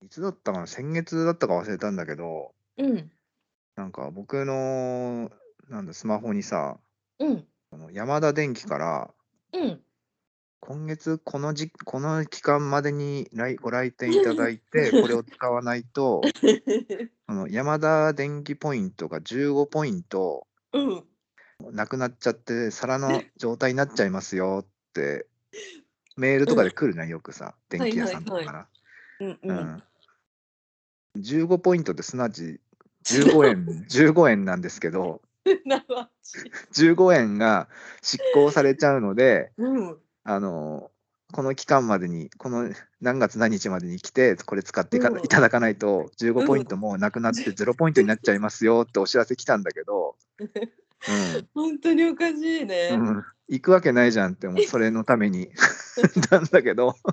いつだったかな、先月だったか忘れたんだけど、 うん。 なんか僕の、スマホにさ、 うん。 ヤマダ電機から、 うん。 今月この期間までにご来店いただいて、これを使わないと、ヤマダ電機ポイントが15ポイントうん。 なくなっちゃって、空の状態になっちゃいますよってメールうん。 とかで来るじゃん、よくさ、 はい電気屋さんとかはいはい。 かうんうら。 ん。 15ポイントってすなわち15円なんですけど、 なわち。 15円が失効されちゃうので、 うん。 あの、この期間までに、この何月何日までに来て、これ使ってうん。 いただかないと、15ポうん。 イントもうなくなって0ポイントになっちゃいますよってお知らせ来たんだけど、うん、 ほんとにおかしいね。 うん、行くわけないじゃんってそれのためになんだけど、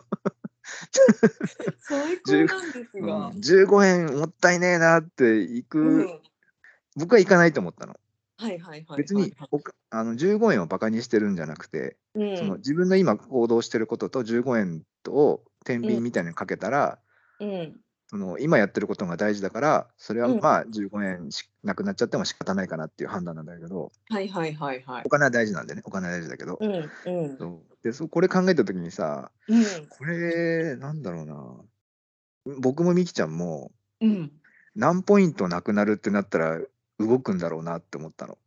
最高 10 なんですが。 15円もったいねえなってうん。 僕は行かないと思ったの。 はいはいはい別に、 はいはい。 15円をバカにしてるんじゃなくて、 うん。 自分の今行動してることと15円を天うん。 秤みたいにかけたら、 うん。 今やってることが大事だから、それは、 うん。 まあ、15円なくなっちゃっても仕方ないかなっていう判断なんだけど、 はいはいはいはい。 お金は大事なんでね、お金は大事だけど。 うんうん。 そう。で、これ考えた時にさ、 うん。 これ、なんだろうな、僕もミキちゃんも、 うん。 何ポイントなくなるってなったら動くんだろうなって思ったの。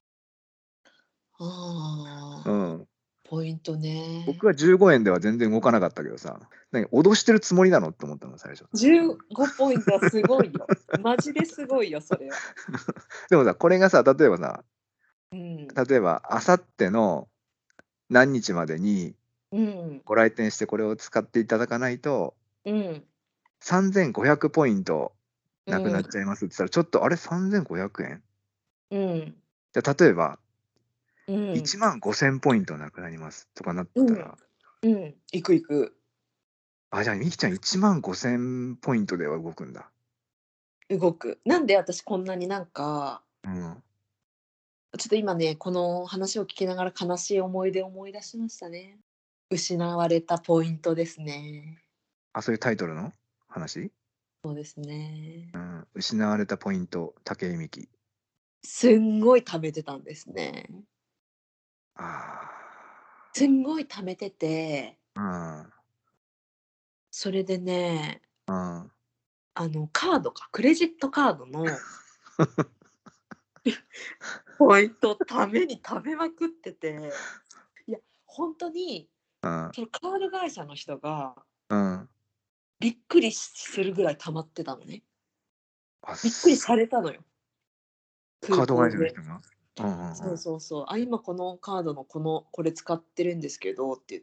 うああ、 ん。 ポイントね。 僕は15円では全然動かなかったけどさ、脅してるつもりなのって思ったの、最初。 15ポイントはすごいよ。マジですごいよ、それは。 でもさ、これがさ、例えばさ、 うん。 例えば、あさっての何日までにうん。 ご来店してこれを使っていただかないと、 うん。 3500ポイントうなくなっん。 ちゃいますって言ったら、ちょっと、あれ、3500円？ うん。 じゃ、例えば、 うん。 15000ポイントなくなりますとかなっうん。 たら、 うん。行く行く。 あ、じゃあ、みきちゃん15000ポイントでは動くんだ。 動く。なんで私こんなになんか、 うん。 ちょっと今ね、この話を聞きながら悲しい思い出を思い出しましたね。失われたポイントですね。 あ、そういうタイトルの話？ そうですね。 うん、失われたポイント、武井美紀。 すんごい貯めてたんですね。 あすんごい貯めてて、 あ、 それでね、 うん、うん。 カードか、クレジットカードのポイントために貯めまくってて、いや、ほんとに、 うん、 そのカード会社の人がうん。 びっくりするぐらい溜まってたのね。 あ、 びっくりされたのよ、空カード会社の港で。 人が？うんうんうそうん。 そうそう。「あ、今このカードのこれ使ってるんですけど」って言って、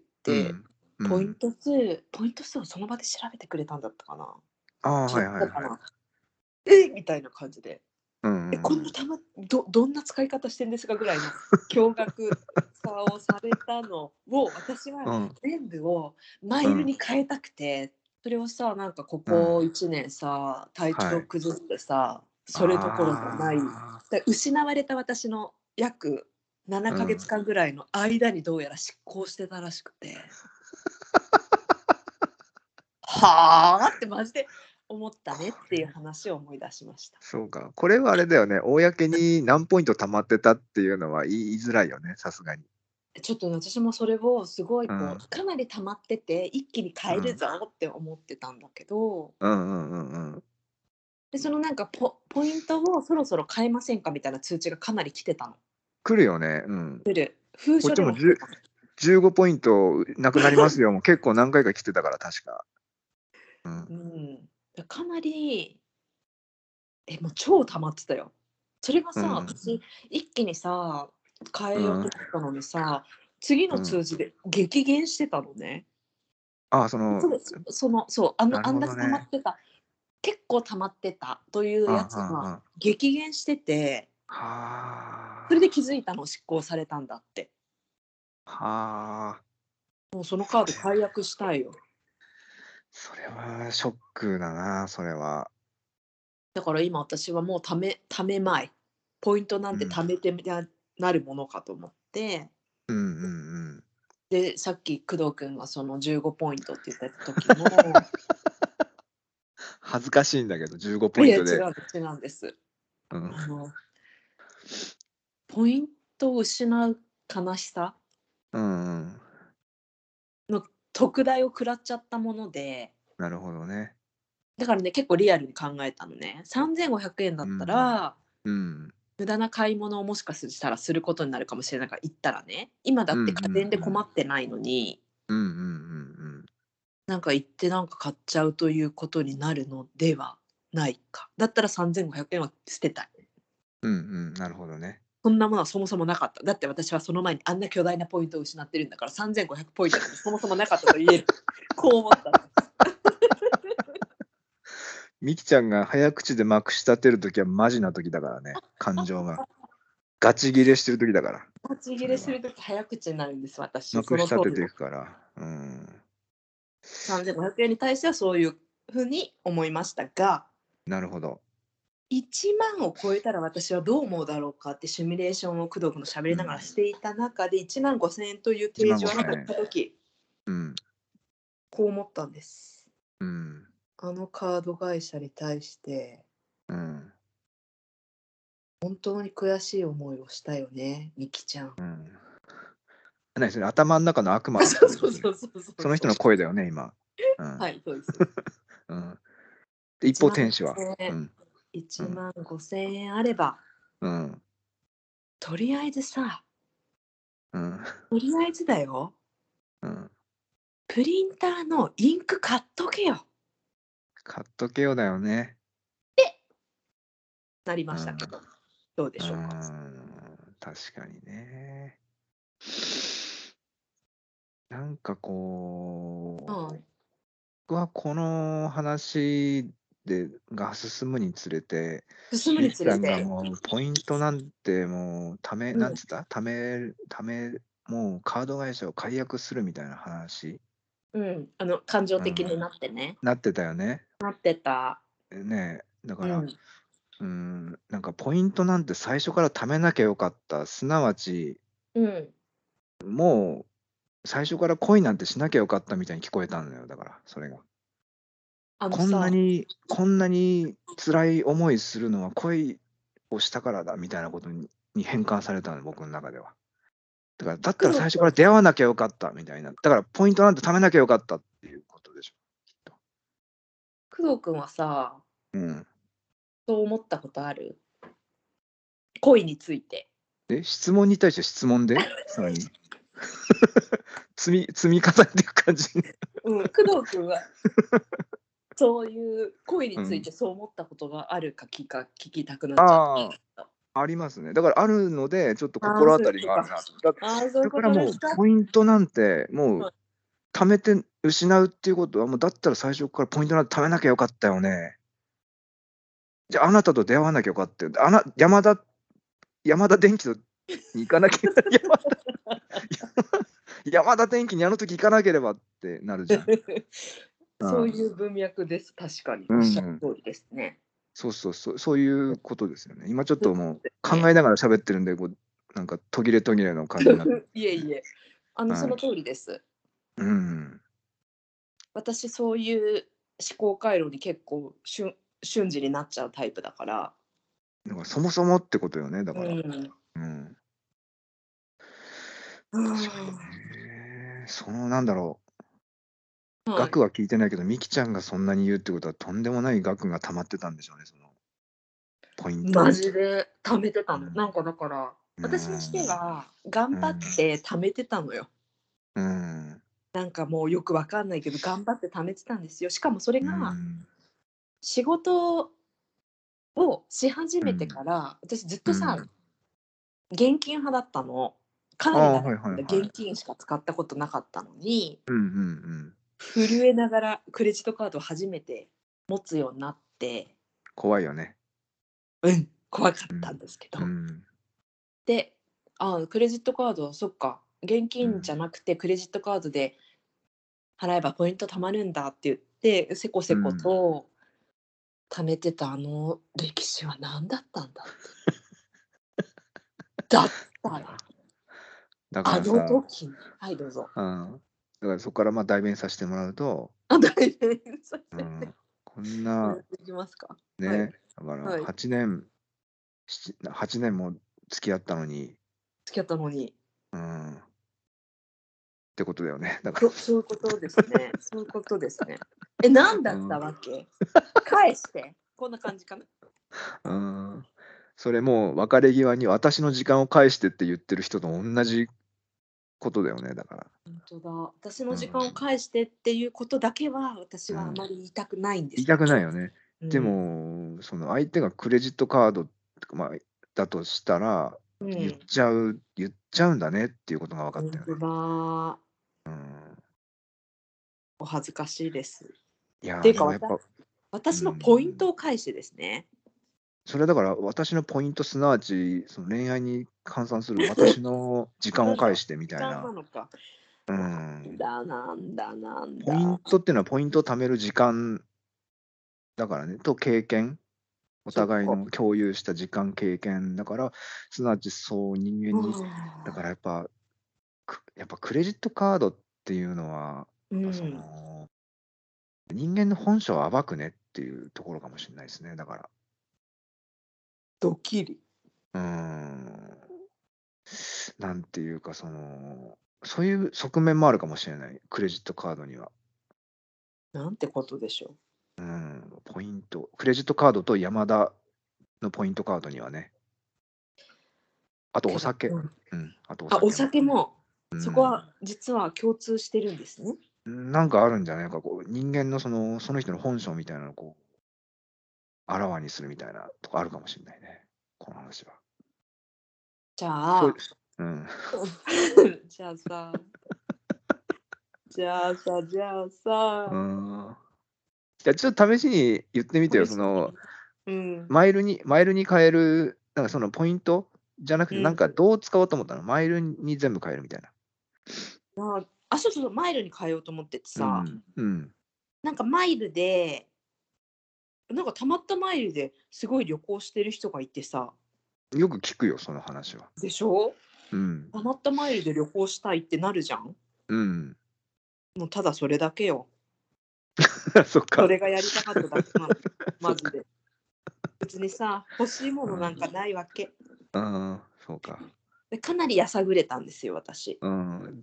うん、うん。 ポイント数をその場で調べてくれたんだったかな。 ああ、 違っはいはいはい。 たかな。「え！」みたいな感じで。 うんう 「え、こんんうん。 などんな使い方してんですか？」ぐらいの驚愕さをされたのを、私はうん、 全部をマイルうん、 に変えたくて、それをさ、なんかこうん。 こ1年さ、体はい。 調崩してさ、それどころじゃない、 ああ、 失われた私の約7かうん。 月間ぐらいの間にどうやら執行してたらしくて、はあってマジで思ったねっていうこれ、 話を思い出しました。 そうか。これはあれだよね、公に何ポイント貯まってたっていうのは言いづらいよね、さすがに。 ちょっとね、私もそれをすごいうん、 かなり溜まってて、一気に買えるうん。 ぞって思ってたんだけど、 うんうんうんうん。 で、そのなんかポイントをそろそろ買えませんかみたいな通知がかなり来てたの。 来るよね、うん。 封書こっちもでも来てたの。 15ポイントなくなりますよ、もう結構何回か来てたから、確か。うん。 うん。かなり、もう超溜まってたよ。それがさ、 うん。 私一気にさ、変えようとうん。 思ったのにさ、次のうん。 通知で激減してたのね。 ああ、 そう、 なるあんだけ溜まっほどね。 てた結構溜まってたといううんうやつがんうん。 激減してて、それではあ。 気づいたの、執行されたんだって。 はあ。 もうそのカードそれ解約したいよ。 それはショックだな、それは。 だから今私はもう貯めまい。ポイントなんてうん。 貯めてなるものかと思って、 うんうんうん。 で、さっき工藤君がその15ポイントって言った時も、 恥ずかしいんだけど、15ポいや、違イントで。 うんです、違うんです。 うん。 あの、ポイントを失う悲しさうんうん。 の特大を食らっちゃったもので、 なるほどね。 だからね、結構リアルに考えたのね。3500円だったうん。 ら、 うん。 無駄な買い物をもしかしたらすることになるかもしれないから行ったらね、今だうんうんって家電でうん。 困ってないのに、 うんうんうんなんか行ってなんか買っちゃうということになるのではないか。だったら3500円は捨てたい。 うん。うんうん、なるほどね。 そんなものはそもそもなかった。だって私はその前にあんな巨大なポイントを失ってるんだから、3500ポイントなんてそもそもなかったと言える。こう思ったんです。 ミキちゃんが早口でまくし立てる時はマジな時だからね、感情が。ガチギレしてる時だから、 立ち切れすそれは。 る時早口になるんです、私。 まそくし立てていの通りの。 くから。うん。 3500円に対してはそういう風に思いましたが、 なるほど。 1万を超えたら私はどう思うだろうかってシミュレーションを工藤君と喋りながらうん。 していた中で、1万5000円という 1万提示をあなた 5千円。 がした時、 うん。 こう思ったんです。 うん。 あのカード会社に対してうん。 本当に悔しい思いをしたよね、みきちゃん。 うん。何それ、頭の中の悪魔あ、 の声でしょ、 そうそうそれ。 そうそうそうその人そう。 の声だよね、今。うん。 はい、そうです。 うん。で、一 1 方万天使は。 5千うん。う 1 ん。 万5000円あれば、 うん。 とりあえずさ、 うん。 とりあえずだよ、 うん。 プリンターのインク買っとけよ。 買っとけよだよね。 なりうん。 ましたけど、どうでうーしょうか。 確かにね。なんかこう、 はい。 僕はこの話が進むにつれて、 進むにみきちゃんがつれて、 もうポイントなんてもううん、 もうカード会社を解約するみたいな話、 うん、感情うん、 的になってね。 なってたよね。 なってた。 ねえ、だから、 うん、 なんかポイントなんて最初から貯めなきゃよかった。すなわち、 うん。 もう最初から恋なんてしなきゃよかったみたいに聞こえたのよ、だから、それが。こんなさ、 に辛い思いするのは恋をしたからだみたいなことに変換されたの、僕の中では。だったら最初から工藤君出会わなきゃよかったみたいな。だからポイントなんて貯めなきゃよかったっていうことでしょ、きっと。 工藤君はさ、 うん。 そう思ったことある？恋について。 質問に対して質問で、さらに積み重ねていく感じ。 うん、工藤君はそういう恋にうん。 ついてそう思ったことがあるか聞きたくなっちゃっああ、ありますね。だからあるので、ちょっとた。ああ、 心当たそういうことか。 りがあるなと。 ああ、そういうこだからもうとですか。 ポイントなんて、もうはい。 貯めて失うっていうことは、もうだったら最初からポイントなんて貯めなきゃよかったよね。じゃあ、あなたと出会わなきゃよかったよ。ヤマダ電機に行かなきゃヤマダ電機にあの時行かなければってなるじゃん。うん。 そういう文脈です。確かにうおっしゃるん。 通りですね。 そうそうそう、そういうことですよね。今ちょっそうともうですね。 考えながら喋ってるんで、なんか途切れ途切れの感じになっていえいえ、そのはい。 通りです。 うん。 私そういう思考回路に結構瞬時になっちゃうタイプだから。 だからそもそもってことよね、だうから。 ん。 うん。 うー確かにん。 ね。なんだろう、 はい。 額は聞いてないけど、ミキちゃんがそんなに言うってことは、とんでもない額が溜まってたんでしょうね、そのポイントマに。 ジで貯めてたの。 うん。 なんかだから、 う私にしてん。 は頑張っうん。 て貯めてたのよ。 うん。 なんかもうよくわかんないけど頑張って貯めてたんですよ。しかもそれうがん。 仕事をし始めてうん。 から、私ずっとさ、 うん。 現金派だったの。かああ、 なり長いはいはい間現はい。 金しか使ったことなかったのに、 うんうんうん。 震えながらクレジットカードを初めて持つようになって、 怖いよね。 うん、怖かったんうん。 ですけど。 うん。 で、クレジットカード、そっか、現金じうん。 ゃなくてクレジットカードで払えばポイント貯まるんだって言って、せこせこうん。 と貯めてたあの歴史は何だったんだって。だったら、 だかあのらさ、 時にはい、どうぞ。 うん。だからそこから代弁させてもらうと、 大変させて。 うん、 こんないきますか。はい。 ね、だからはい。 8年も付き合ったのに、 付き合ったのに。 ってことだよね。だから。 そういうことですね。そういうことですね。何だったうん。 わけ？返して。こんな感じかな。 うん。それもう別れ際に私の時間を返してって言ってる人と同じことだよね、だから。 本当だ。私の時間をうん。 返してっていうことだけは、私はあうん。 まり言いたくないんですけど。 言いたくないよね。でうん。 も、その相手がクレジットカードとか、だとしたら、言っうん。 言っちゃうんだねっていうことが分かったよね。 本当だ。 うん。 お恥ずかしいです。 いやー、 っていうか、 でもやっぱ、う私のポイントん。 を返してですね。 それだから私のポイント、すなわち、その恋愛に換算する私の時間をなんだ、 返してみ時間たいな。 なのか。 うなんん。 だなんだなんポインだ。 トっていうのはポイントを貯める時間だからね、と経験、おそっか。 互いの共有した時間、経験だから、すなわちそう人間に、だからやっぱクレジットカードっていうのは、 うやっぱそん。 の、人間の本性を暴くねっていうところかもしれないですね、だから。 ドキリ。 うーん。なんていうか、そういう側面もあるかもしれない、クレジットカードには。 なんてことでしょポイント、クレジットカードとヤマダのポイントカードにはね、あとおう。 酒。あとおお酒も。 酒も、そこうん。 は実は共通してるんですね。 なんかあるんじゃないか、こう、人間のその人の本性みたいなのをこう、あらわにするみたいなとこあるかもしれないね、この話は。 じゃそうあ、 うん。 じゃあさ、じゃあさ、 ん。じゃ、ちょっと試しに言ってみてよ。 試しに。うん、 マイルに変える、なんかそのポイントじゃなくて、なんうん。 かどう使おうと思ったの？マイルに全部変えるみたいな。 そうそうそう、マイルに変えようと思っててさ、 うん、うん。 なんかマイルで、なんかたまったマイルですごい旅行してる人がいてさ、 よく聞くよ、その話は。 でしょ？ うん、 たまったマイルで旅行したいってなるじゃん？ うん。 もうただそれだけよ。 そっか。 それがやりたかっただけなの、 そっか。 マジで。別にさ、欲しいものなんかないわけ。 うん、そうか。 で、かなりやさぐれたんですよ、私。 うん、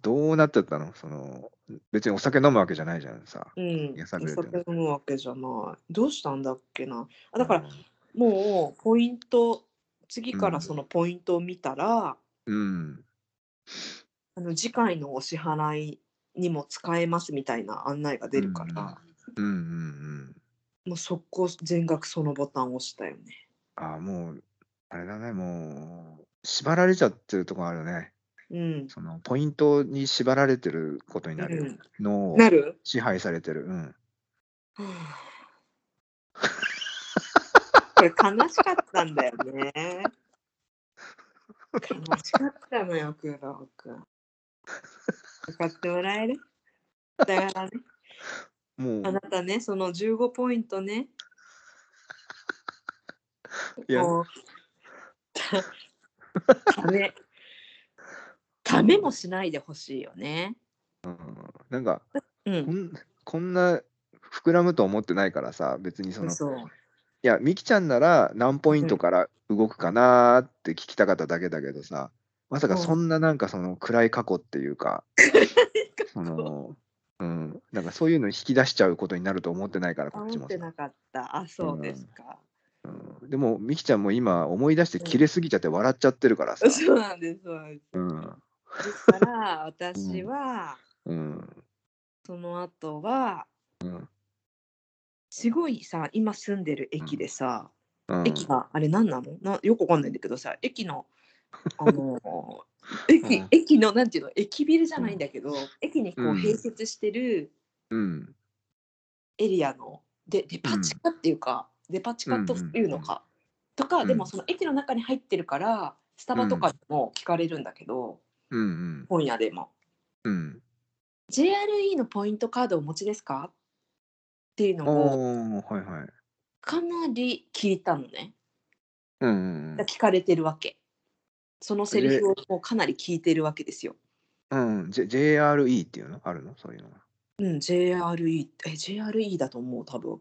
どうなっちゃったの？別にお酒飲むわけじゃないじゃん、さ。 うん、 やさおぐれてんの。 酒飲むわけじゃない。どうしたんだっけな。だから、 うん、 もうポイント次からうん、 そのポイントを見たら、 うん。 次回のお支払いにも使えますみたいな案内が出うんうるから、 ん。うんうんうん。 もう速攻全額そのボタンを押したよね。 ああ、もう、あれだね、もう、縛られちゃってるとこあるね。 うん、 そのポイントに縛られてることになるよ。 うん。 脳をなる？ 支配されてる。うん。 はあ、これ悲しかったんだよね。悲しかったのよ、工藤君。分かってもらえる？だからね、 もう、 あなたね、その15ポイントね、 いや、 もう、ためためもしないでほしいよね。 うん、なんか、 うん、 こんこんな膨らむと思ってないからさ、別にそう。 いや、ミキちゃんなら何ポインうん、 トから動くかなって聞きたかっただけだけどさ、まさかそもう、 んななんか暗い過去っていうか、その、なんかそういうの引き出しちゃうことになると思ってないから、こっちもさ。 思ってなかった。 うそうですん。 か。 でも、ミキちゃんも今思い出してうん。 キレすぎちゃって笑っちゃってるからさ。 そうなんですそうなんです。 うん。 ですから、私うん。 は、 うん。 その後は、 うん。 すごいさ、今住んでるうん。 駅でさ、 うん。 駅があれ何なの？よくわかんないんだけどさ、駅の、あの、 うん。 駅のなんていうの、駅ビルじゃうん。 ないんだけど、駅にこう併うん。 設してるうん。 エリアの、デうん。 パ地下っていうか、デパ地うん。う下というのん。 か、とか、でもうん。 その駅の中に入ってるから、スタバとかうん。 でも聞かれるんだけど、 うん。うん。 本屋でも。 うん。 JRE のポイントカードをお持ちですか？っていうああ、 のをはいはい。 かなり聞いたのね。 うんうん聞かれてるわけ。そのうん。 セリフをもうかなり聞いてるわけですよ。 JRE っていうのあるの？そういうのが。 うん、JRE、JRE だと思う、多分。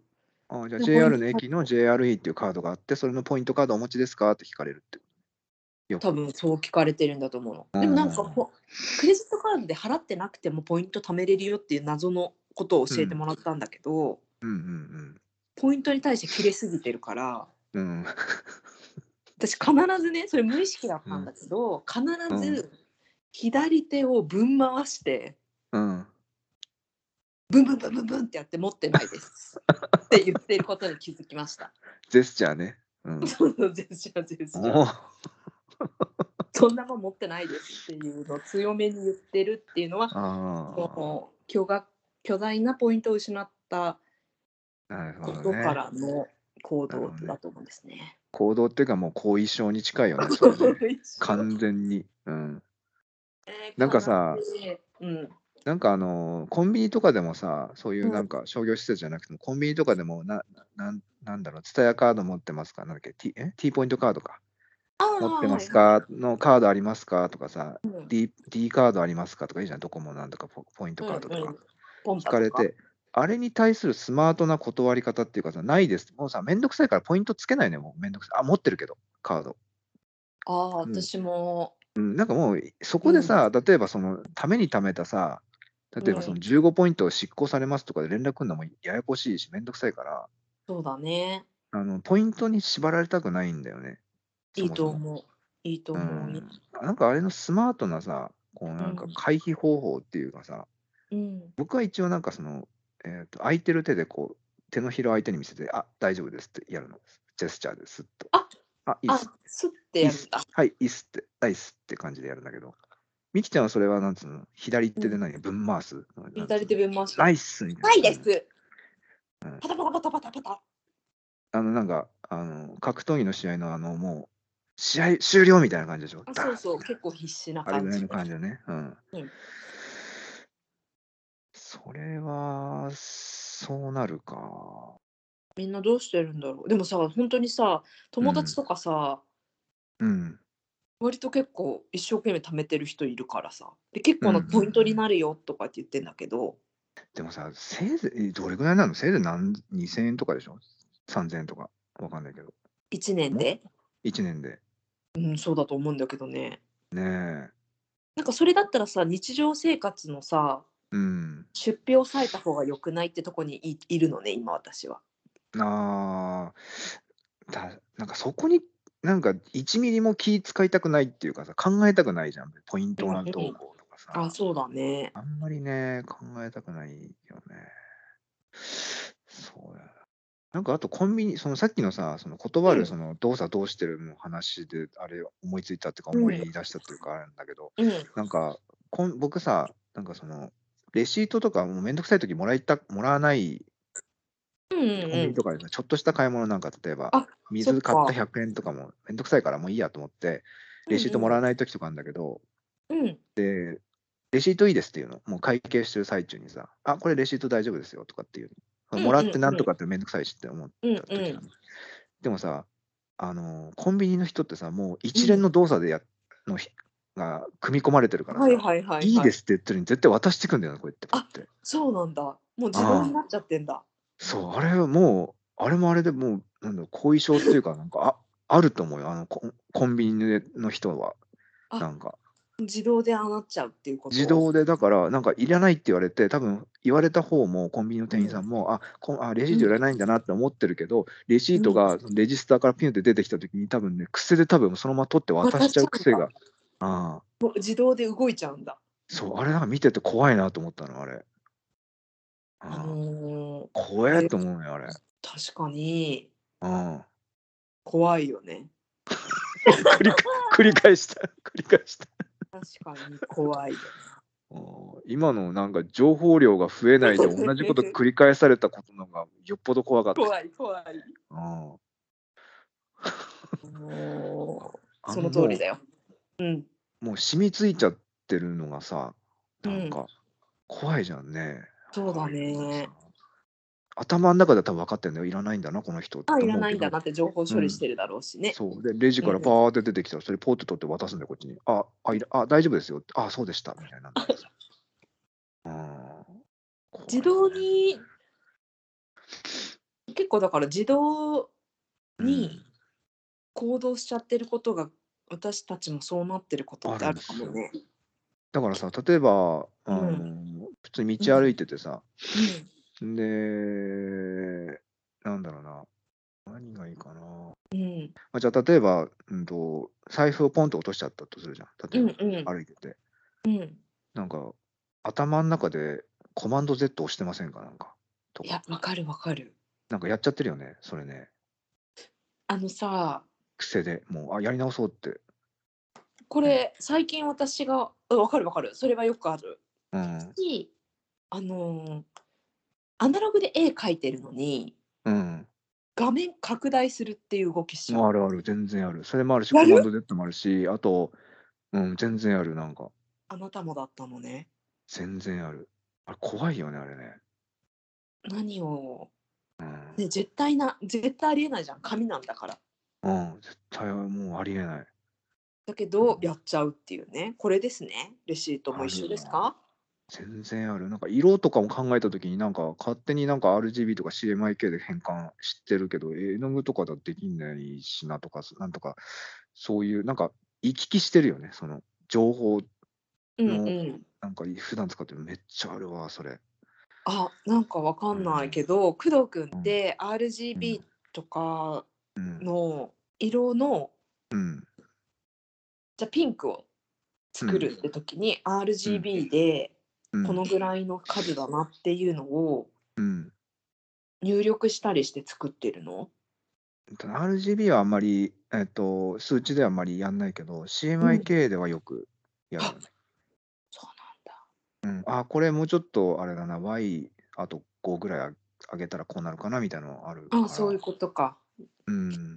じゃあポイン JR トの駅の JRE っていうカードがあって、それのポイントカードお持ちですかって聞かれるって。よく。 多分そう聞かれてるんだと思うの。 うでもなんかん。 クレジットカードで払ってなくてもポイント貯めれるよっていう謎のことを教えてもらったんだけど、 うんうんポイントに対して切れすぎてるから、 うん。うん。 私必ずね、それ無意識だったんだけど、必ず左手をぶん回して、 うん。 ブンブンブンブンブンってやって持ってないですって言ってることに気づきました。 ジェスチャーね。うん。 そうそう、ジェスチャー、ジェスチャー。 おそんなもん持ってないですっていうのを強めに言ってるっていうのは、 あもう巨大なポイントを失ったあ、なるほことかどね。 らの行動なるほどね。 だと思うんですね。 行動っていうかもう後遺症に近いよね、それね。 一緒完全に。うん。なんかさ、 悲しい。うん。 なんかコンビニとかでもさ、そういううん。 なんか商業施設じゃなくても、コンビニとかでもなんだろう、ツタヤカード持ってますかなんだっけ、T ポイントカードか。 ああ、 持ってまはいはい。 すかのカードありますかとかさ、 うん。 D カードありますかとかいいじゃん、どこもなんとかポイントうんカードとか。 うん。ポン聞タとか？ かれて、あれに対するスマートな断り方っていうかさ、ないです。もうさ、めんどくさいからポイントつけないね、もうめんどくさい。あ、持ってるけど、カード。 ああ、 も私も、 なんかもう、そうん、 こでさ、例えばその、ために貯めたさ、例えばそのうん、 15ポイントを執行されますとかで連絡来るのもややこしいし、めんどくさいから、 そうだね。 ポイントに縛られたくないんだよね、そいいもそも。 と思う。いいと思う。 なんかあれのスマートなさ、こうなんかうん、 回避方法っていうかさ、 うん。 僕は一応なんかその、空いてる手でこう、手のひらを相手に見せて、あ、大丈夫ですってやるの。ジェスチャーですっと。 あ、 あ、いいっあ、 す。 すっていいっす。 やるんだ。 はい、いいっすって。ナイスって感じでやるんだけど、ミキちゃんはそれはなんつうの、左うん。 手でぶん回すなんつう左の、 手弁回して。 ナイスみたいな。 ないです。 うん。 パタパタパタパタパタ。 なんか、格闘技の試合のもう、試合終了みたいな感じでしょ。 あ、 ダーンそうそう、結構必死なあれぐらいの感じで。 感じだね。うん。 うん。 それは、そうなるか。 みんなどうしてるんだろう。でもさ、本当にさ、 うん。 友達とかさ、 うん。 割と結構一生懸命貯めてる人いるからさ。で、結うんうんう構なポイントにん。 なるよとかって言ってんだけど、 でもさ、せいぜいどれぐらいなの？せいぜい2000円とかでしょ？3000円とか、わかんないけど。 1年もで。 1年で。 うん、そうだと思うんだけどね。 ねえ。 なんかそれだったらさ、日常生活のさ、 うん。 出費を抑えた方が良くないってとこにいるのね、今私は。 ああ、なんかそこに、なんか1ミリも気使いたくないっていうかさ、考えたくないじゃん。ポインうんうトがどうん。 こうとかあ、 さ。 そうだね。 あんまりね、考えたくないよね。そうや。なんかあとコンビニ、そのさっきのさ、その断るうん、 その動作どうしてるの話で、あれ思いついたっていうか思うん、 い出したっていうかあるんだけど、 うん、 なんか、僕さ、なんかその、レシートとかもうめんどくさい時もらわないうんうんコンビニうん。 とかでさ、ちょっとした買い物なんか例えば、 あ、そっ水買ったか。 100円とかもめんどくさいからもういいやと思って、レシートもらうんうん。 わない時とかあるんだけど、 うん。 レシートいいですっていうの。もう会計してる最中にさ、あ、これレシート大丈夫ですよとかっていう。 うんもらってなんとうんうん。 かってめんどくさいしって思っうんうん。 た時なの。でもさ、コンビニの人ってさ、もううん。 一連の動作でのが組み込まれてるからさ、 はいはいはいはい。 いいですって言ってるのに絶対渡してくんだよな、こうやってパッあ、 て。 そうなんだ。もう自動にああ、 なっちゃってんだ。 そう、あれもあれもあれでもう、なんだろう、後遺症っていうか、なんか、あると思うよ。コンビニの人は。 あ、 なんか。 自動でああなっちゃうっていうこと？ 自動でだから、なんかいらないって言われて、多分言われた方もコンビニの店員さんも、レシートいらうん、 ないんだなって思ってるけど、レシーうん。 トがそのレジスターからピュンって出てきた時に多分ね、癖で多分そのまま取って渡しちゃ渡しちゃうんだ。 う癖が、ああ、 もう自動で動いちゃうんだ。 そう、あれなんか見てて怖いなと思ったの、あれ。 あああ、 の怖ええ、 と思うよ、あれ。 確かにうん。 怖いよね。 繰り繰り返した。繰り返した。 確かに怖いよ今のなんか情報量が増えないで同じことね。 繰り返されたことのがよっぽど怖かったよ。 怖い怖い。 うん。 もう、その通りもだよ。うん。 もう染みついちゃってるのがさ、 うん。 なんか怖いじゃんね。 そうだああいうのさ。 ね。 頭の中では多分分かってんだよ。いらないんだな、この人っあ、 ていら思うけど、 ないんだなって情報うん。 処理してるだろうしね。 そう。で、レジうん。 からバーって出てきたら、それポーって取って渡すんだよ、こっちに。大丈夫ですよって。そうでした。みたいなんだけどさ。うん。怖い自動ね。 に結構だから自動うにん。 行動しちゃってることが、私たちもそうなってることっあるんてあるですよ。 かもね。 だからさ、例えば、 うん。 普通にうん。 道歩いててさ、 うん。 で、なんだろうな、何がいいかな。 うん。 じゃあ例えば、財布をポンと落としちゃったとするじゃん、例うえば、 んうん。 歩いてて。 うん。 なんか、頭ん中でコマンド Z 押してませんか？なんか、とか。 いや、わかるわかる。 なんかやっちゃってるよね、それね。 あのさ、 癖で、もう、やり直そうって。 こね。 れ最近私がわかるわかる。それはよくある。 うん。 し、あの、アナログで絵描いてるのに、 うん。 画面拡大するっていう動きしちゃう。 あるある、全然ある。それもあるし、 やる？ コマンド Z もあるし、あと、全然ある、なんか。 あなたもだったのね。 全然ある。あれ怖いよね、あれね。 何を、 うん。 ね、絶対ありえないじゃん。紙なんだから。 うん、絶対もうありえない。 だけうん、 ど、やっちゃうっていうね。これですね。レシートもあ一緒るわ。 ですか？ 全然ある。なんか色とかも考えた時に、なんか勝手になんか RGB とか CMYK で変換してるけど、絵の具とかだとできないしなとか、なんとか、そういうなんか行き来してるよね、その情報うんうの、 ん。 なんか普段使ってるのめっちゃあるわ、それ。 あ、なんかわかんないうん、 けど、工藤くんっうん、 てうん、 RGB とかうん、 の色の、 うん、 じゃ、ピンクをうん、 作るって時にうん、 RGB でうん、 このぐらいの数だなっていうのをうん。 入力したりして作ってるの？ RGB はあんまり、数値ではあんまりやんないけど、 うん。 CMYK ではよくやるあ、 よね。 そうなんだ。 うん、これもうちょっとあれだな、あと5ぐらい上げたらこうなるかなみたいなのあるあ、 から。 そういうことか。 うん、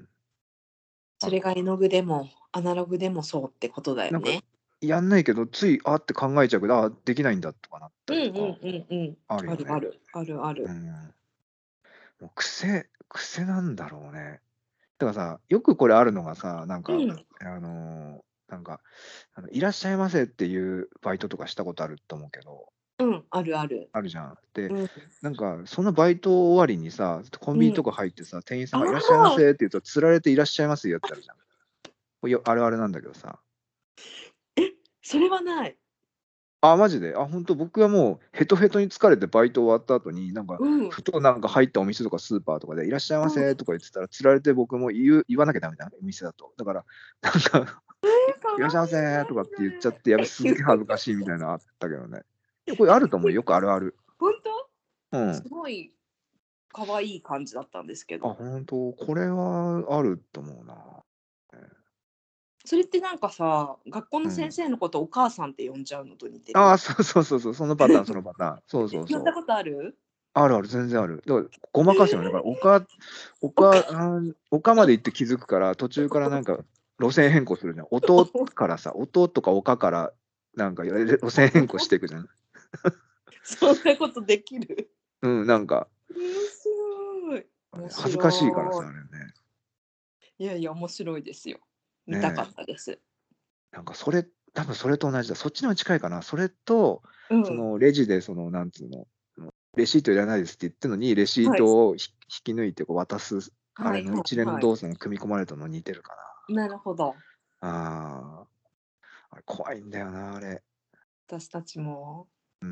あるかも。 それが絵の具でもアナログでもそうってことだよなんか、 ね。 やんないけど、つい、って考えちゃうけど、できないんだとかなっうんうんたりとか、 うんうん。 あるよね。 あるある。あるある。 うん。もう癖なんだろうね。だからさ、よくこれあるのがさ、なんか、 うん。 なんか、いらっしゃいませっていうバイトとかしたことあると思うけど、 うん、あるある。 あるじゃん。で、 うん。 なんか、そのバイト終わりにさ、コンうん。 ビニとか入ってさ、店員さんあがいらっしゃいまあ、 せって言うと、釣られていらっしゃいますやってあるじゃん。これあるあるなんだけどさ。 それはない。 マジで？本当僕はもうヘトヘトに疲れてバイト終わった後に、なんか、 うん。うん。 ふとなんか入ったお店とかスーパーとかで、いらっしゃいませとか言ってたら、釣られて僕も言わなきゃダメだ、お店だと。だから、なんか、 かわいらっしゃいまいい、 せとかって言っちゃって、やべ、すっ何それ。 げえ恥ずかしいみたいなのあったけどね。これあると思うよ、よくあるある。 ほんと？ うん。 すごい可愛い感じだったんですけど。 本当、これはあると思うな。 それってなんかさ、学校の先うん。 生のことお母さんって呼んじゃうのと似てる。 そうそうそうそう、そのパターンそのパターン。そうそうやったそう。 ことある？ あるある、全然ある。だから、ごまかすよね。だから、 おか丘まで行って気づくから、途中からなんか路線変更するじゃん。音とか丘から、なんか路線変更していくじゃん。 そんなことできる？ うん、なんか、 面白い。面恥ずかしいからさ、 白あれね。 い。いやいや、面白いですよ。見たかねえ。 ったです。 なんか多分それと同じだ。そっちの方が近いかな。それと、 うん。 そのレジでなんつうの、レシートいらないですって言ってるのに、レシーはい。 トを引き抜いてこう渡す、あはいれの一連のはいはい。 動作が組み込まれたのに似てるかなるほど。 な。あれ怖いんだよな、あれ。 私たちもうん。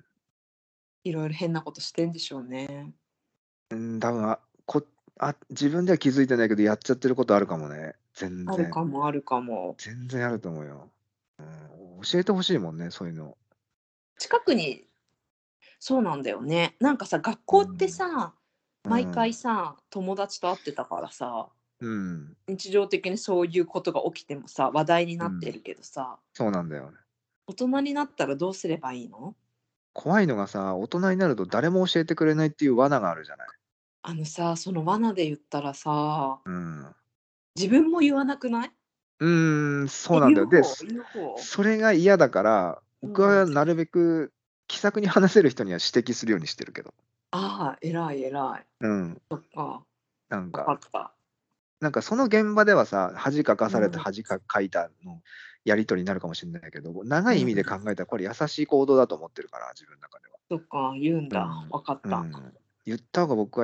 いろいろ変なことしてんでしょうね。 うん、多分、自分では気づいてないけど、やっちゃってることあるかもね。全ある然。 かもあるかも。 全然あると思うよ。教えてほしいもんね、そういうの。 近くにそうなんだよね。なんかさ、学校ってうん。 さ、毎回うん。 さ、友達と会ってたからさ、 うん。 日常的にそういうことが起きてもさ、話題にうん。 なってるけどさ、 そうなんだよね。 大人になったらどうすればいいの？ 怖いのがさ、大人になると誰も教えてくれないっていう罠があるじゃない。 あのさ、その罠で言ったらさ、 うん。 自分も言わなくない？ そうなんだよ。 言う方？ それが嫌だから、 うん。 僕はなるべく気さくに話せる人には指摘するようにしてるけど。 ああ、偉い偉い。 うん。 そっか、わかなんかった。 その現場ではさ、恥かかされてうん、 恥かいたのやり取りになるかもしれないけど、長い意味でうん。 考えたらこれ優しい行動だと思ってるから、自分の中では。 そっか、言うんだ。 うん。 わかった。 うん。言った方が僕はいい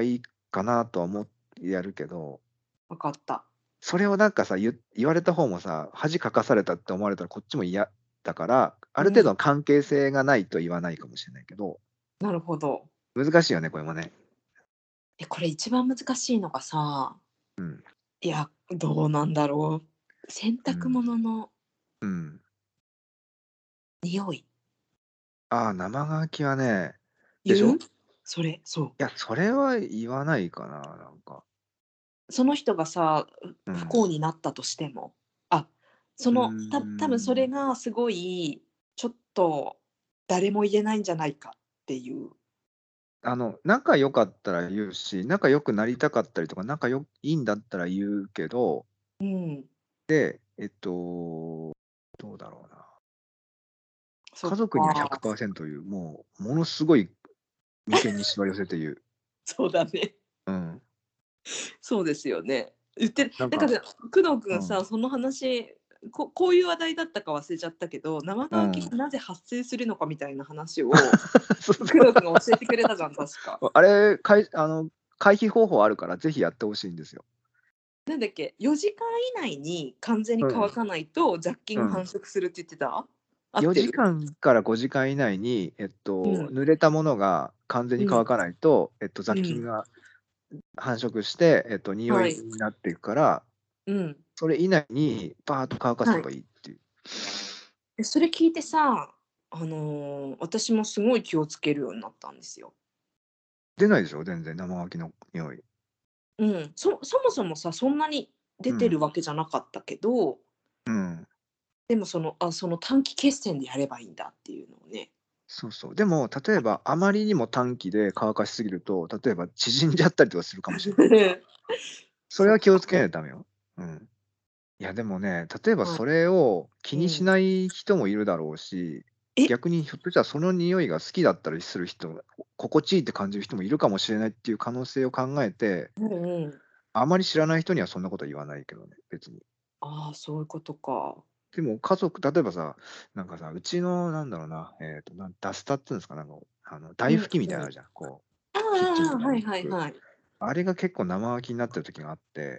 かなとは思ってやるけど、 わかった。 それをなんかさ、言われた方もさ、恥かかされたって思われたらこっちも嫌だから、ある程度うん。 の関係性がないと言わないかもしれないけど、 なるほど。 難しいよね、これもね。 これ一番難しいのがさ、 うん。 いや、どうなんだろう。洗濯うん。 物のうん。 匂い、 ああ、生乾きはね、でし言う？ ょ？ それ、そいや、それは言わないかな、なんか。 う。その人がさ、不うん。 幸になったとしても、あ、 うー多分それん。 がすごい、ちょっと誰も言えないんじゃないかっていう。 仲良かったら言うし、仲良くなりたかったりとか、いいんだったら言うけど、 うん、 で、どうだろうな。 そっ家族にはか。 100%言う。もう、ものすごい眉間にしわ寄せて言う。 そうだね。 うん。 そうですよね。言ってる。 なんかなんかさ、工藤うん。 君さ、その話、こういう話題だったか忘れちゃったけど、生乾きうん。 がなぜ発生するのかみたいな話を、 そうそ工藤君が教えてくれたじゃん、確か。 う。あれ、回避方法あるから、ぜひやってほしいんですよ。 なんだっけ、4時間以内に完全にうん。 乾かないと雑菌が繁うん。 殖するって言ってた？合って 4 る？ 時間から5時間以内に、 うん、 濡れたものが完全うん、 に乾かないと、 うん。 雑菌が繁殖して、匂いはい。 になっていくから、 うん。 それ以内にバーッと乾かせはい。 ばいいっていう。 それ聞いてさ、私もすごい気をつけるようになったんですよ。 出ないでしょ、全然生乾きの匂い。 うん。そもそもさ、そんなに出てるうん。 わけじゃなかったけど、 うん。 でもその短期決戦でやればいいんだっていうのをね。 そうそう。でも、例えばあまりにも短期で乾かしすぎると、例えば縮んじゃったりとかするかもしれないから、それそっか。 は気をつけないとダメよ。うん。いや、でもね、例えばはい。 それを気にしうん。 ない人もいるだろうし、 え、 逆にひょっとしたらその匂いが好きだったりする人、心地いいって感じる人もいるかもしれないっていう可能性を考えて、 うんうん。 あまり知らない人にはそんなことは言わないけどね、別に。 ああ、そういうことか。 でも家族、例えばさ、なんかさ、うちのなんだろうな、ダスターっていうんですか、台拭きみたいなのあるじゃん、こう、 ああキッチンとああ、はいかに拭く。 はいはい。 あれが結構生乾きになってる時があって、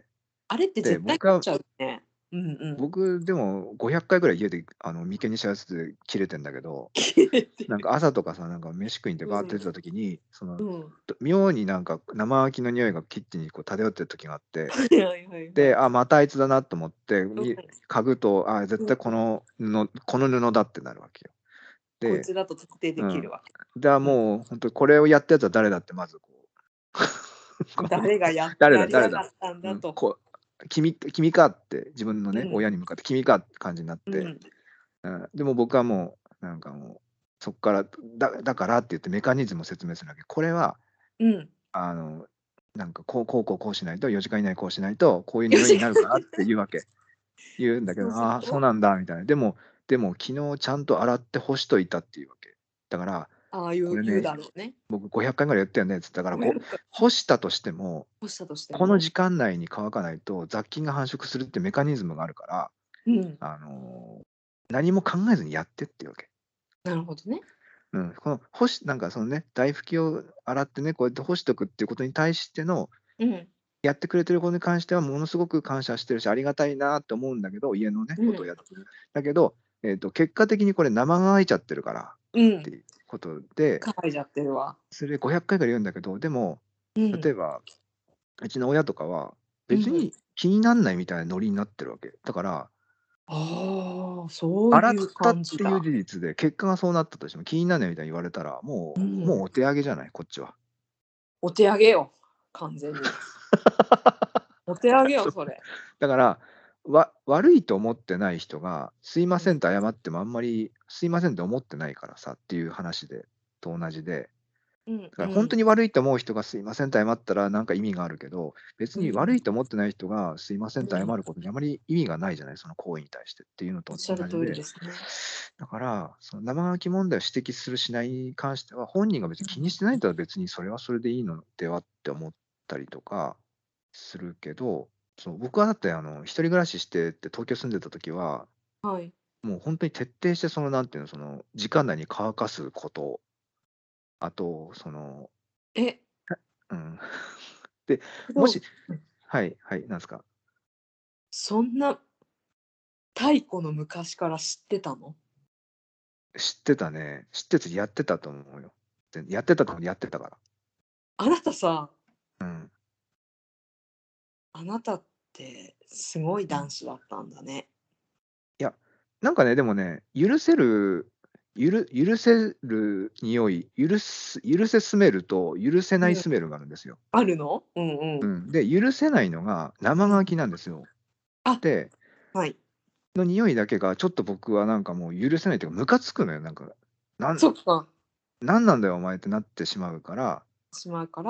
あれってで、 絶対僕は取っちゃうね。うんうん。 僕でも500回ぐらい家で眉間にしわ寄せて切れてんだけど、 切れてなんる。 か朝とかさ、なんか飯食いに行ってうん、 バーって出てた時に、 うん。 妙になんか生乾きの匂いがキッチンにこう漂ってる時があって、 はいはいはいはで、 い。 あ、またあいつだなと思って、 うん、 嗅ぐと、あ、絶対うん。 この布だってなるわけよ。で、 こいつだと特定でうん。 きるわけ。うん。 もうほんとこれをやったやつは誰だってまずこう、こう、 誰がやり誰だ誰だ、 やがったんうん、 だと。 君かって自分のね、 うん、 親に向かって君かって感じになって、 うん、 うん、でも僕はもう、なんかもう、そっから、だからって言ってメカニズムを説明するわけ。これは、 うん。 あの、なんかこうしないと、4時間以内にこうしないと、こういう匂い 4時間になるからって言うわけ。言うんだけど、 そうするああ、そうと、 なんだみたいな。でも昨日ちゃんと洗って干しといたっていうわけ。だから、 ああ言うこれね、 だろうね。 僕500回ぐらい言ったよねっつったから、 500回干したとしても、 干したとしてこのも。 時間内に乾かないと雑菌が繁殖するってメカニズムがあるから、 うん、 何も考えずにやってっていうわけ。 なるほどね。 うん、なんかそのね、台拭きを洗ってね、こうやって干しとくっていうことに対しての、 うん、 やってくれてることに関してはものすごく感謝してるし、ありがたいなって思うんだけど、家のね、 うん、 ことをやってる。だけど、結果的にこれ生乾いちゃってるからっうん。 ていうことで、 乾いちゃってるわ。 それ500回ぐらい言うんだけど、でも、 うん、 例えば、うちの親とかは、 うん。 別に気になんないみたいなノリになってるわけ。だから、 ああ、そう洗っいうたっていう感じだ。 事実で、結果がそうなったとしても気になんないみたいに言われたら、もうん。 うお手上げじゃない、こっちは。 お手上げよ、完全に。お手上げよ、 そう。 それ。 だから、悪いと思ってない人が、すいまうん、 せんと謝ってもあんまり、すいませんと思ってないからさっていう話と同じで、 うん、 だから本うん、 当に悪いと思う人がすいませんと謝ったらなんか意味があるけど、別にうん、 悪いと思ってない人がすいませんと謝うん。 ることにあまり意味がないじゃない、その行為に対してっていうのとおっしゃる通り同じで、 ですね。 だから、その生乾き問題を指摘するしないに関しては、本人が別に気にしてないんだったら別にそれはそれでいいのではって思ったりとかするけど、僕はだって一人暮らししてって東京住んでた時は、 はい。 もう本当に徹底してなんていうの、時間内に乾かすこと、あと、 え、 うん。 もし、はいはい、なんですか。 そんな太古の昔から知ってたの？ 知ってたね。知っててやってたと思うよ。やってたと思う、やってたから。 あなたさ、 うん。 あなたってすごいうん。 男子だったんだね。 いや、なんかね、でもね、許せる匂い、許せスメルと許せないうん。 スメルがあるんですよ。 あるの？うんうん。 うん。で、許せないのが生うん。 乾きなんですよ。 あ、 で、 はい。 の匂いだけがちょっと僕はなんかもう許せないというか、ムカつくのよ、なんか。なんそっか。 なんなんだよお前ってなってしまうから、 しまうから、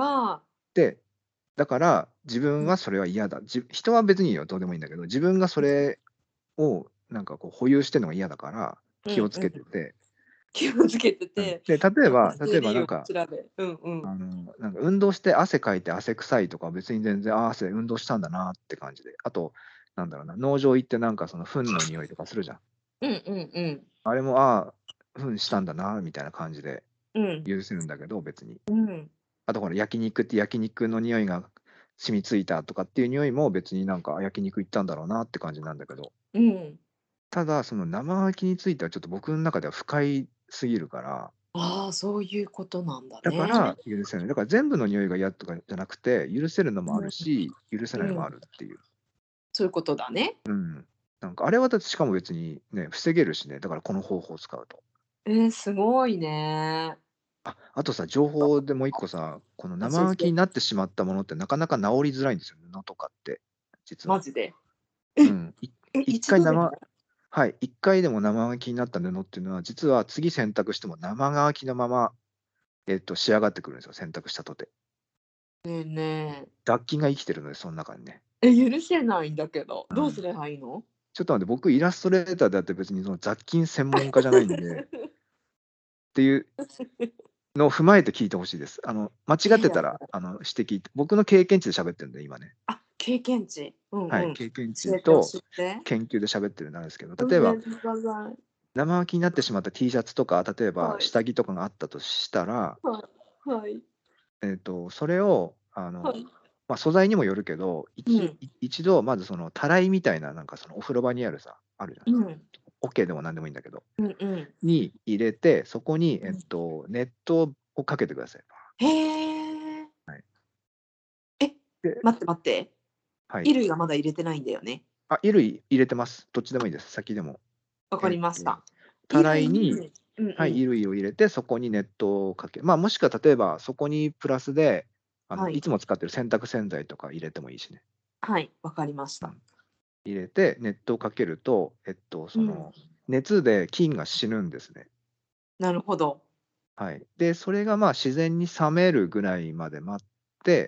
で、だから自分うん、 はそれは嫌だ。人は別にいいよ、どうでもいいんだけど、自分がそれをなんかこう保有してるのが嫌だから気をつうんうん。 けてて、 気をつけてうん。 て、 で、例えば例えば SD をなんか、 調べ、うんうん。 なんか運動して汗かいて汗臭いとか別に全然、汗運動したんだなって感じで。あと、なんだろうな、農場行ってなんかその糞の匂いとかするじゃん。 うんうんうん。 あれも、糞したんだなみたいな感じでうん。 許せるんだけど、別に。 うん。 あとほら、焼肉って焼肉の匂いが染みついたとかっていう匂いも別になんか、焼肉行ったんだろうなって感じなんだけど、 うん。 ただ、その生乾きについてはちょっと僕の中では不快すぎるから、 ああ、そういうことなんだだかね。 ら許せない。だから全部の匂いが嫌とかじゃなくて、許せるのもあうん。 るし、許せないのもあうん。 るっていう。 そういうことだね。 うん。なんかあれはだってしかも別にね、防げるしね、だからこの方法を使うと。 すごいね。 あとさ、情報でもう一個さ、この生乾き教えて。 になってしまったものってなかなか治りづらいんですよ、布とかって、実は。 マジで。 うん。一一度でも？ 回はい、1回でも生乾きになった布っていうのは、実は次洗濯しても生乾きのまま、仕上がってくるんですよ、洗濯したとて。 ねえね雑菌が生きてるので、その中にね。 許せないんだけど、 うん。 どうすればいいの？ ちょっと待って、僕イラストレーターであって別にその雑菌専門家じゃないんで、っていうのを踏まえて聞いてほしいです。間違いやいや、 ってたら、指摘僕の経験値で喋ってるんで、今ね。 あ、経験値。うんはい、 うん。 経験教えて教値とえて。 研究で喋ってるんですけど、例えば、 教えてください。 生乾きになってしまった T シャツとか、例えばはい。 下着とかがあったとしたら、 はいはい。 それを、 はい。 素材にもよるけど、 うん。 一度まずそのたらいみたいな、なんかそのお風呂場にあるさ、あるじゃん。 うん。 桶でもなんでもいいんだけど、 うんうん。 に入れて、そこに、 うん。 熱湯をかけてください。 へえ。 はい。 え、 で、 待って待って。 はい。 衣類はまだ入れてないんだよね？ 衣類入れてます。どっちでもいいです。先でも。 わかえっと、 りました。 た衣らいに、 類にうんはい、 うん。 衣類を入れて、そこに熱湯をかけ、もしくは例えばそこにプラスで、 はい。 いつも使ってる洗濯洗剤とか入れてもいいしね。 はい、わかりました。 うん。入れて熱湯をかけると、 うん。 熱で菌が死ぬんですね。 なるほど。 はい。で、それが自然に冷めるぐらいまで待って、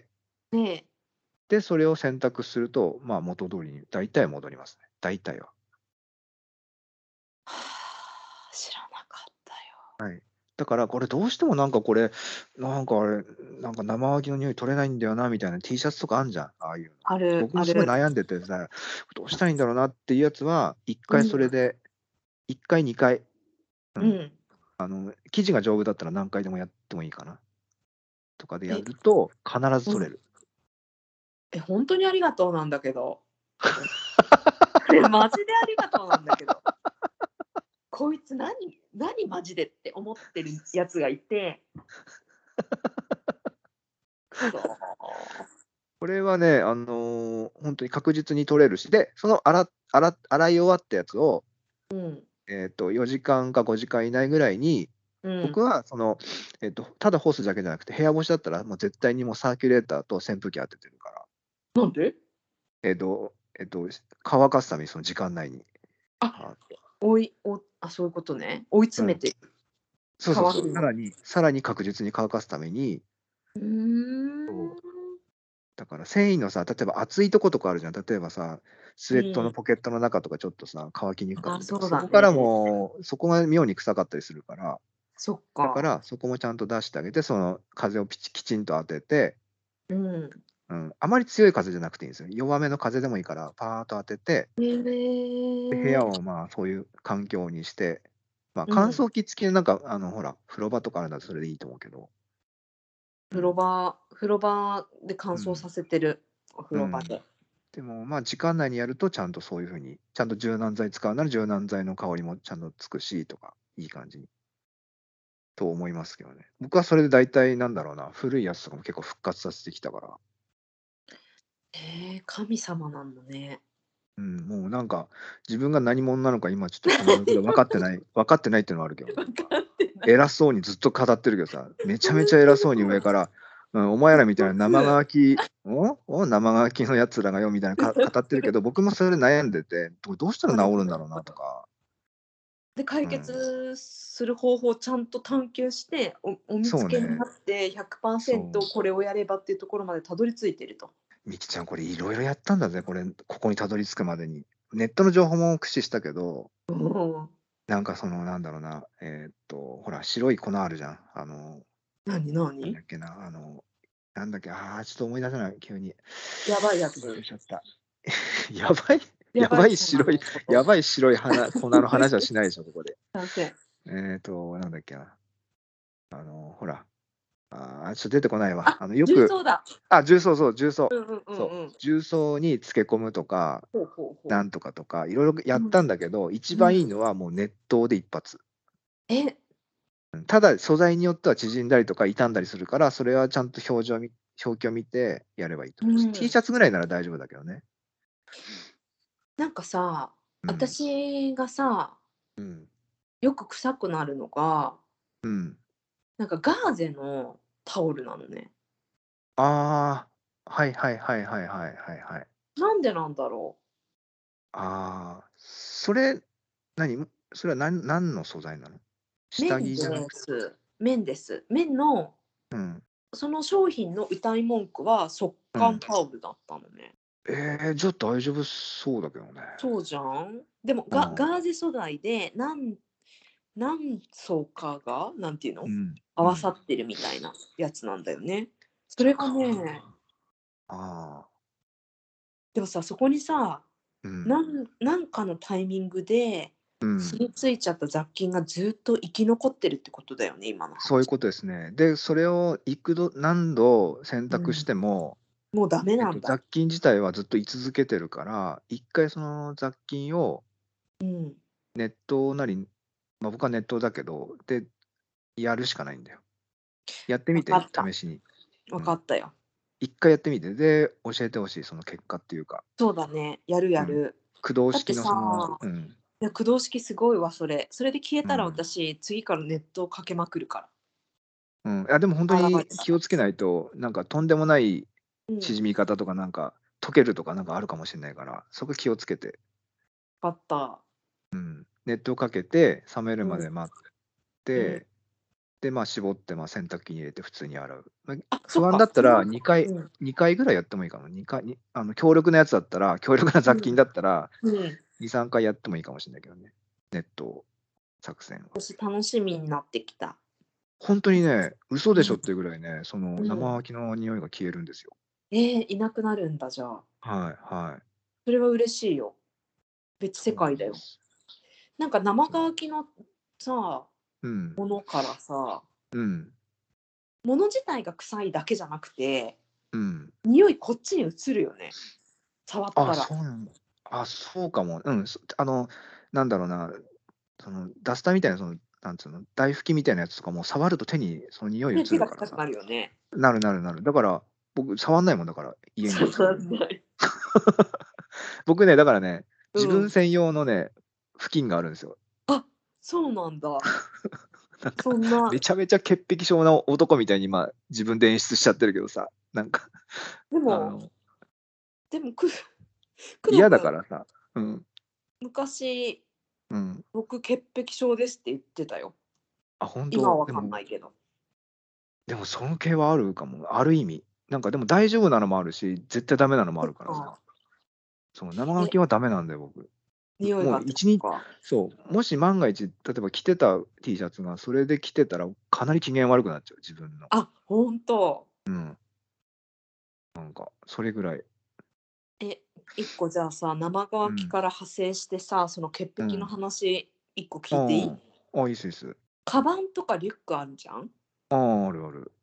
で、 で、それを洗濯すると、元通りに大体戻りますね。大体は。 はあ、知らなかったよ。 はい。だからこれどうしてもなんかこれ、なんかあれ、なんか生乾きの匂い取れないんだよなみたいな T シャツとかあんじゃん、ああいうの。 ある僕もすごいある。 悩んでてさ、どうしたらいいんだろうなっていうやつは、1回そうん。 れで、1回、2回、うん、 うん。 生地が丈夫だったら何回でもやってもいいかなとかでやえ、 ると、必ずうん。 取れる。 ほんとにありがとうなんだけど。いや、マジでありがとうなんだけど。こいつ何マジでって思ってるやつがいて、くそ。 これはね、本当に確実に取れるし、で、その洗い終わったやつを、 うん、 4時間か5時間以内ぐらいに、 うん。 僕はただ干すだけじゃなくて、部屋干しだったらもう絶対にもうサーキュレーターと扇風機当ててるから、 なんで？ 乾かすためにその時間内に。 あ、 あ、 そういうことね。追いうん。 詰めてそうそうそう。 乾くの。 さらに確実に乾かすために、 うーん。 そう、だから繊維のさ、例えば厚いとことかあるじゃん。例えばさ、スウェットのうん。 ポケットの中とかちょっとさ、乾きにくかっあ、 たりとか、 そうだそこからね。 もそこが妙に臭かったりするから、 そっだかか。 らそこもちゃんと出してあげて、その風をきちんと当てて、 うん。 うん、あまり強い風じゃなくていいんですよ。弱めの風でもいいから、パーッと当てて、で、部屋え。 をそういう環境にして、 うん。 乾燥機付きのなんか、ほら、風呂場とかあるんだったらそれでいいと思うけど、 風呂場で乾燥させてる。お風呂場で。 でも、まあ、時間内にやるとちゃんとそういう風に、ちゃんと柔軟剤使うなら柔軟剤の香りもちゃんとつくしとか、いい感じにと思いますけどね。僕はそれで大体なんだろうな、古いやつとかも結構復活させてきたから、 神様なんだね。 もうなんか、自分が何者なのか今ちょっとこの状況で分かってないっていうのはあるけど、 分なんか、 かってない。 偉そうにずっと語ってるけどさ、めちゃめちゃ偉そうに上から、お前らみたいな生乾き生乾きのやつらがよみたいな語ってるけど、僕もそれで悩んでて、どうしたら治るんだろうなとか。 で、解うん、 決する方法をちゃんと探求して、お見そうね。 つけになって100% そう。 これをやればっていうところまでたどり着いてると。 みきちゃんこれいろいろやったんだぜ、ここにたどり着くまでに。ネットの情報も駆使したけど、 うん。 なんかそのなんだろうな、ほら、白い粉あるじゃん。なんだ何？ っけな、なんだっけ、ちょっと思い出せない、急に。 やばいや忘れつ。 ちゃった。やばいややばい粉ばい白いのこと。 やばい白い粉の話はしないでしょ、ここで。 賛成。 なんだっけな、ほら、ちょっと出てこないわ。 あ、 よく重曹だ。 重曹そう、重曹。 うんうんうんそう、 うん。 重曹に漬け込むとか、 ほうほうほなんとかとか、いろいろやう。 ったんだけど、一番いいうん。 のはもう熱湯で一発。 え、 ただ素材によっては縮んだりとか傷んだりするから、それはちゃんと表記を見てやればいいと思う。 うん。 T シャツぐらいなら大丈夫だけどね。 なんかさ、 うん。 私がさ、 うん。 よく臭くなるのが、 うん。 なんかガーゼのタオルなのね。 ああ、はいはいはいはいはいはいはい。 なんでなんだろそれ、それは何の素材なの？ う。綿下着じゃなくて。 です。綿です。綿の、 うん。 その商品の謳い文句は速うん。 乾タオルだったのね。 じゃあ大丈夫そうだけどね。 そうじゃん。でもうん。 ガーゼ素材で何層かが、なんていうの、 うん。 合わさうん。 ってるみたいなやつなんだよね。そじゃ、 れがね、 ああ、 でもさ、そこにさ、 うん。 なんかのタイミングでうん。 染みついちゃった雑菌がずっと生き残ってるってことだよね、今の話。 そういうことですね。で、それを何度洗濯しうん。 ても、 もうダメなんだ。 雑菌自体はずっと居続けてるから、一回その雑菌をうん。 熱湯なり、僕は熱湯だけど、で、やるしかないんだよ。やってみて、 分かった。 試しに。 分うん。 かったよ。 一回やってみて、で、教えてほしい、その結果っていうか。 そうだね、やるやうん。 る。 駆動式だってさ、 のそのいや、駆動式すごいわ、それ。それで消えたらうん。 私、次から熱湯かけまくるから。 うん。いや、でもほんとに洗いから。 気をつけないと、なんかとんでもないうん、 縮み方とかなんか、溶けるとかなんかあるかもしんないから、そこ気をつけて。 分かった。 熱湯かけて、冷めるうん、 まで待っうん。 て、で、絞って、洗濯機に入れて普通に洗う。 あ、そっ不安だか、 ったらうん、 2回ぐらいやってもいいかも。2回強力なやつだったら、強力な雑菌うん、 だったら、 うん。 2、3回やってもいいかもしんないけどね。熱湯作戦は。 私楽しみになってきた。 ほんとにね、嘘でしょっうん、 ていうぐらいね、そのうん。 生乾きの匂いが消えるんですよ。 いなくなるんだ、じゃあ。 はいはい。 それは嬉しいよ。別世そうな界だよ。 んです。 なんか生そう。 乾きのさ、 うん。 ものからさ、 うん。 もの自体が臭いだけじゃなくて、 うん。 匂いこっちに移るよね、触ったら。 そうなんそうかも。なんだろうな、そのダスターみたいななんつうの、台拭きみたいなやつとかも触ると手にその匂いね、 移るからさ。 手が臭くなるよね。 なるなるなる。だから、僕触んないもんだから、家にそういう。 触んない。 僕ね、だからね、自うん。 分専用のね、布巾があるんですよ。 あ、そうなんだ。 なんか、 そんな、 めちゃめちゃ潔癖症な男みたいに今、自分で演出しちゃってるけどさ、なんか、 でもあの、 でも、工藤嫌だくん、 からさ。うん、 昔、 うん。 僕潔癖症ですって言ってたよ。 本当？ 今はわかんないけど。 でもその系はあるかも、ある意味。なんかでも大丈夫なのもあるし、絶対ダメなのもあそっるからさ。 か。 そう、生乾え、 きはダメなんだよ、僕。もう匂いがってことか。 そう、もし万が一、例えば着てた T シャツがそれで着てたら、かなり機嫌悪くなっちゃう、自分の。 あ、ほんと。 うん、なんか、それぐらい。 え、1個じゃあさ、生うん、 乾きから派生してさ、その潔癖のうん。 話1個聞いていい？ あいいっすいいっす。 カバンとかリュックあるじゃん？ ああるある。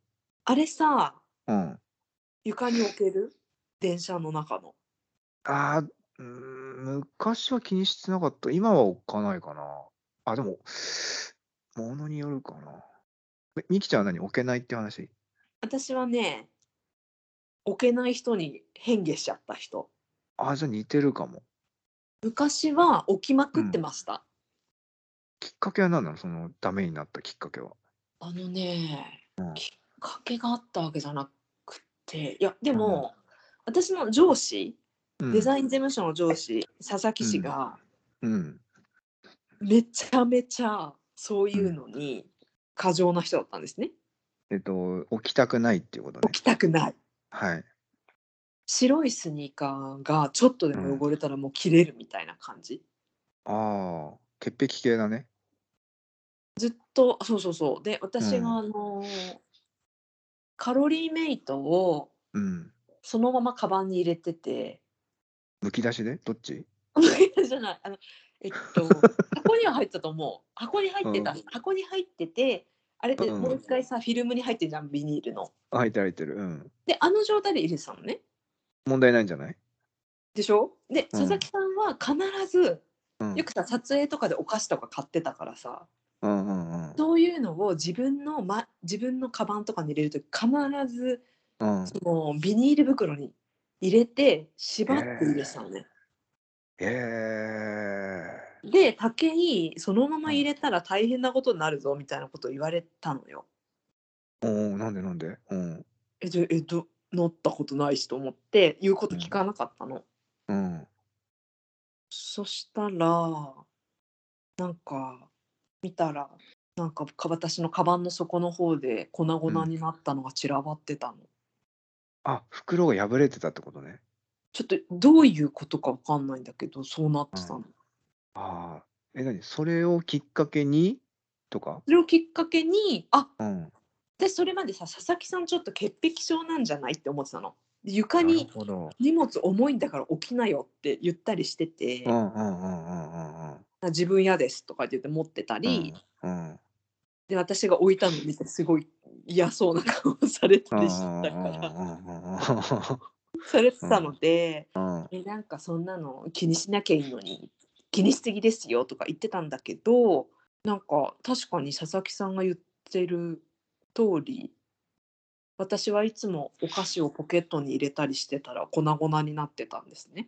あれさ、 うん。 床に置ける？電車の中の。 ああ、昔は気にしてなかった。今は置かないかな。あ、でも、ものによるかな。みきちゃんは何、置けないって話？ 私はね、置けない人に変化しちゃった人。 あ、じゃあ似てるかも。 昔は置きまくってうん。 ました。 きっかけは何なの？そのダメになったきっかけは。 あのね、 うん。 きっかけがあったわけじゃなくて、いや、でうん。 も、私の上司、デうん。 ザイン事務所の上司、佐々木うん。 氏がうん。 めちゃめちゃそういううん。 のに過剰な人だったんですね。 置きたくないっていうことね。 置きたくない。 はい。 白いスニーカーがちょっとでもうん。 汚れたらもう切れるみたいな感じ。 ああ、潔癖系だね。 ずっとそうそうそう。で、私がうん。 カロリーメイトをうん。 そのままカバンに入れてて、 むき出しで？どっち？ じゃない、箱には入ってたと思う。箱に入ってた。 うん。 箱に入ってて、あれってもううん。 一回さ、フィルムに入ってるじゃん、ビニールの。 開いてる開いてる。うん。 で、あの状態で入れてたのね。 問題ないんじゃない？ でしょ？で、 うん。 佐々木さんは必ず、 うん。 よくさ、撮影とかでお菓子とか買ってたからさ、 うんうんうん。 そういうのを自分のカバンとかに入れると必ず、 うん。 そのビニール袋に入れて、 へ縛って入れてたえ。 のね。 へえ。 で、武井、そのままうん。 入れたら大変なことになるぞみたいなことを言われたのよ。 おお、なんでなんで？うん。 え、じゃ、なったことないしと思って、言うこうん。 と聞かなかったの。 うん。 そしたら、なんか、見たら、私のカバンの底の方で粉うん。 々になったのが散らばってたの。 あ、袋が破れてたってことね。 ちょっとどういうことかわかんないんだけど、そうなっうん。 てたの。 ああ。何、それをきっかけにとか？ それをきっかけに、 うん。 私それまでさ、佐々木さんちょっと潔癖症なんじゃないって思ってたの。床なるにほど。 荷物重いんだから置きなよって言ったりしてうんて、 うんうんうんうんうん。 自分嫌ですとかって言って持ってたり、 うん。うん。 で、私が置いたのを見てすごい嫌そうな顔をされたうんうりしたんうから、 んうんうんうん。 されてうん。 たので、 うん。 なんかそんなの気にしなきゃいいのに、気にしすぎですよとか言ってたんだけど、なんか確かに佐々木さんが言ってる通り、私はいつもお菓子をポケットに入れたりしてたら粉々になってたんですね。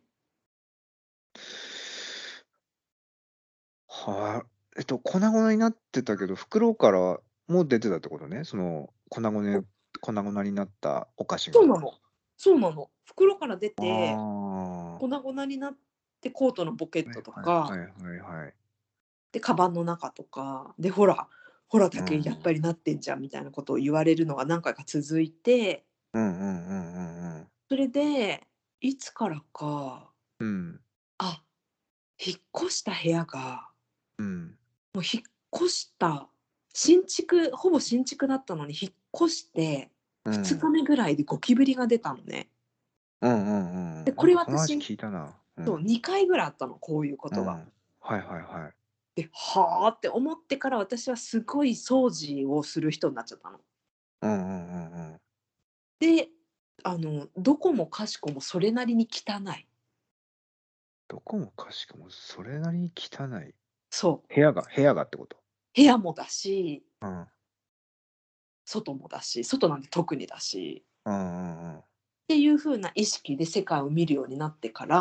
は粉々になってたけど、袋からも出てたってことね。その粉々になったお菓子が。 そうなの。そうなの。袋から出あて、 あ。 粉々になってコートのポケッはいトとか、 はいはいはいはい。 で、カバンの中とか、で、ほら、 う武井やっぱん。 りなってんじゃんみたいなことを言われるのが何回か続いて、 うんうんうんうんうん。 それで、いつからか、 うん。 あ、引っ越した部屋が、 うん。 もう引っ越したほぼ新築だったのに引っ越して2 うん。 日目ぐらいでゴキブリが出たのね。 うんうんうんで、 うん。なこれんかその話私、 聞いたな。うそう、 ん。 2回ぐらいあったの、こういうことが。 うん。はいはいはい。 で、はあって思ってから私はすごい掃除をする人になっちゃったの。 うんうんうんうん。 で、どこもかしこもそれなりに汚い。 どこもかしこもそれなりに汚い。 そう。 部屋がってこと？ 部屋もだし、 うん。 外もだし、外なんて特にだし、 うんうんうん。 っていう風な意識で世界を見るようになってから、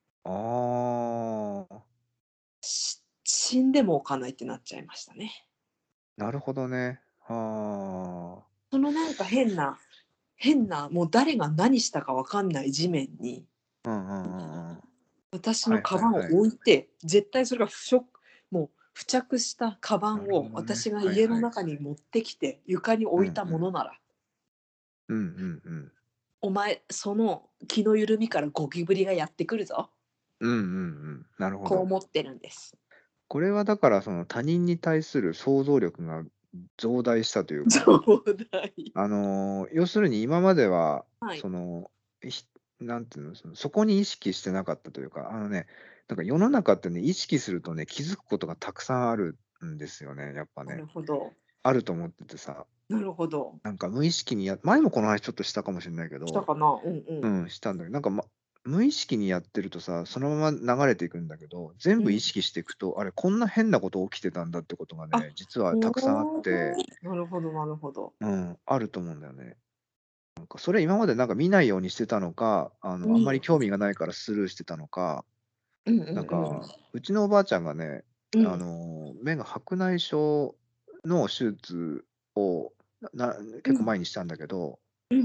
ああ、 死んでも置かないってなっちゃいましたね。 なるほどね。ああ。 そのなんか変な、もう誰が何したかわかんない地面に、 うんうんうんうん。 私のはいカバンをはいはい。 置いて、絶対それがもう付着したカバンなるほをどね。 私が家のはいはい。 中に持ってきて、床に置いたうんうん。 ものなら、 うんうんうん。 お前、その気の緩みからゴキブリがやってくるぞ。 うんうんうん。なるほど。 こう思ってるんです。 これはだからその他人に対する想像力が増大したというか、 壮大。 要するに今までは、 はい。 その、なんていうの、そこに意識してなかったというか、なんか世の中ってね、意識するとね、気づくことがたくさんあるんですよね、やっぱなね。 るほど。 あると思っててさ。 なるほど。 なんか無意識に前もこの話ちょっとしたかもしれないけど、 したかな？うんうん。 したんだけど、なんか、無意識にやってるとさ、そのまま流れていくんだけど、全うん。 部意識していくと、あれ、こんな変なこと起きてたんだってことがあ、 ね、実はたくさんあっおて、 なるほどなるほど。 あると思うんだよね。なんかそれ今までなんか見ないようにしてたのか、あんまりうん。 興味がないからスルーしてたのか、 うんうんなんうん。 か、うちのおばあちゃんがね、 うん。 目が白内障の手術を、結構うん。 前にしたんだけど、 うんうん。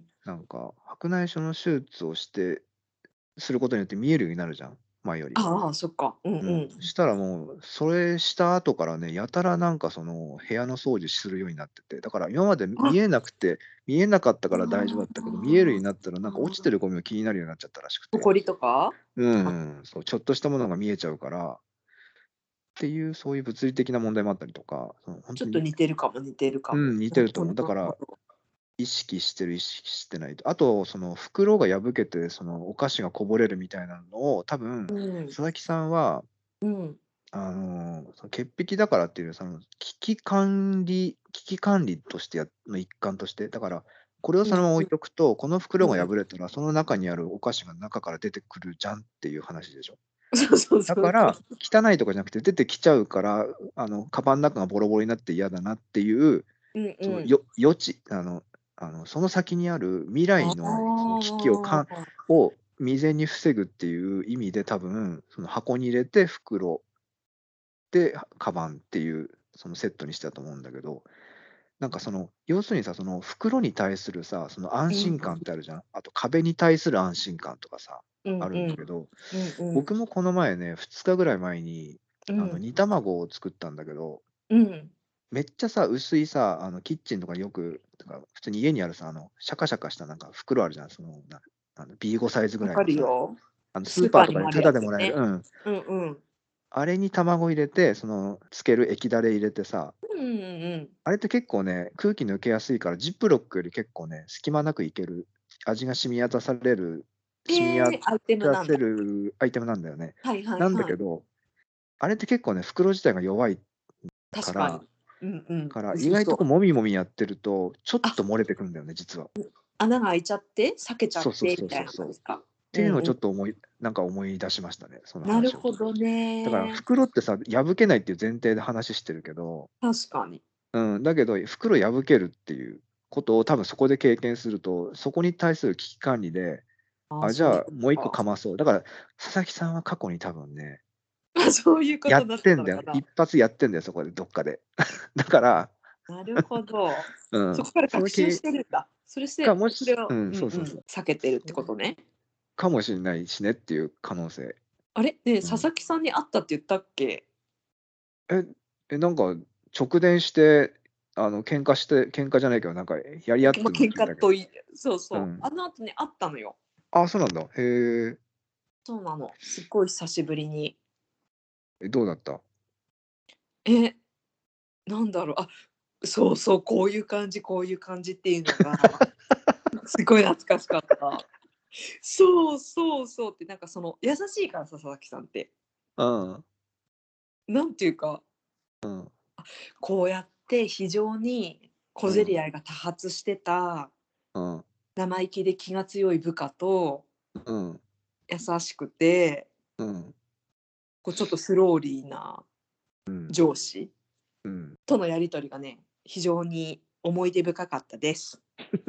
なんか白内障の手術をすることによって見えるようになるじゃん、前より。 ああ、そっか。うんうん。 したらもう、それした後からね、やたらなんかその部屋の掃除するようになってて、だから今まであ、 見えなかったから大丈夫だったけど、見えるようあになったらなんか落ちてあ。 るゴミが気になるようになっちゃったらしくて。 ほこりとか？あ、 そう、ちょっとしたものが見えちゃうからっていう、そういう物理的な問題もあったりとか、そのほんとに、 ちょっと似てるかも似てるかも。 似なるほどてると思う。だから、 なるほど。 意識してないと。あと、その袋が破けて、そのお菓子がこぼれるみたいなのを、多分、 うん。 佐々木さんはうん。 その潔癖だからっていう、その危機管理としての一環として、だから、これをうんそのまま置いうんとくと、この袋がうん。 破れたら、その中にあるお菓子が中から出てくるじゃんっていう話でしょ。 そうそうそうそう。 だから、汚いとかじゃなくて出てきちゃうから、カバン中がボロボロになって嫌だなっていう、 うんその、 うん。 余地、その先にある未あ来のその危機あ。 を未然に防ぐっていう意味で、多分、その箱に入れて袋で、カバンっていう、そのセットにしたと思うんだけど、なんかその、要するにさ、その袋に対するさ、その安うん心感ってあるじゃん。あと壁に対する安心感とかさ、あるうんうん。 んだけど、 うんうん。 僕もこの前ね、2日ぐらい前に、 うん。 煮卵を作ったんだけど、 うん。 めっちゃさ、薄いさ、キッチンとかによく、とか普通に家にあるさ、シャカシャカしたなんか袋あるじゃん。その、B5 サイズぐわからいのさ、 るよ。スースーパーとかでパーにもあるタダでもらえる、 やつね。うんうん。 あれに卵入れて、その、つける液だれ入れてさ、 うんうんうん。 あれって結構ね、空気抜けやすいから、ジップロックより結構ね、隙間なくいける、味が染み渡アイテムなんせだ。 るアイテムなんだよね。 はいはいなんだはい。 けど、あれって結構ね、袋自体が弱いか確かに。 らうんうん。 意外とこう、 薄そう。 もみもみやってると、ちょっあ、 と漏れてくんだよね、実は。 穴が開いちゃって、裂けちゃっそうそうてみたいなそうそうそう。っ感じですか？ ていうのをちょうんうん。 っとなんか思い出しましたね、そのなる話を聞いて。 ほどだからね。 袋ってさ、破けないっていう前提で話してるけど、 確かに。 だけど、袋破けるっていうことを多分そこで経験すると、そこに対する危機管理で、 ああ、 じそういうゃあもう一個ことか。 かまそう。だから、佐々木さんは過去に多分ね、 あ、そういうこやとだっってんだよ。 たのかな。 一発やってんだよ、そこでどっかで。だから、 なるほど。そこから学習しその気てるんだ。それしがてそれをうんうん、 そうそうそう。 避けてるってことね。 かもしれないしねっていう可能性。 あれ、ねえ、 うん。 佐々木さんに会ったって言ったっけ？ えなんか直電して、喧嘩じゃないけど、なんかやり合ってるの喧聞いたけど。 嘩とそうそう。 うん。 あの後に会ったのよ。 あ、そうなんだ。へえ。 そうなの。すっごい久しぶりに。 どうだった？ え、なんだろう、あ、そうそう、こういう感じ、こういう感じっていうのが、すごい懐かしかった。そうそうそうってなんかその優しいからさ、佐々木さんって。 うん。 なんていうか、 うん。 こうやって非常に小競うん。 り合いが多発してたうん。 生意気で気が強い部下と、 うん。 優しくて、 うん。 こうちょっとスローリーなうん。 上司うん。 とのやり取りがね、非常に思い出深かったです。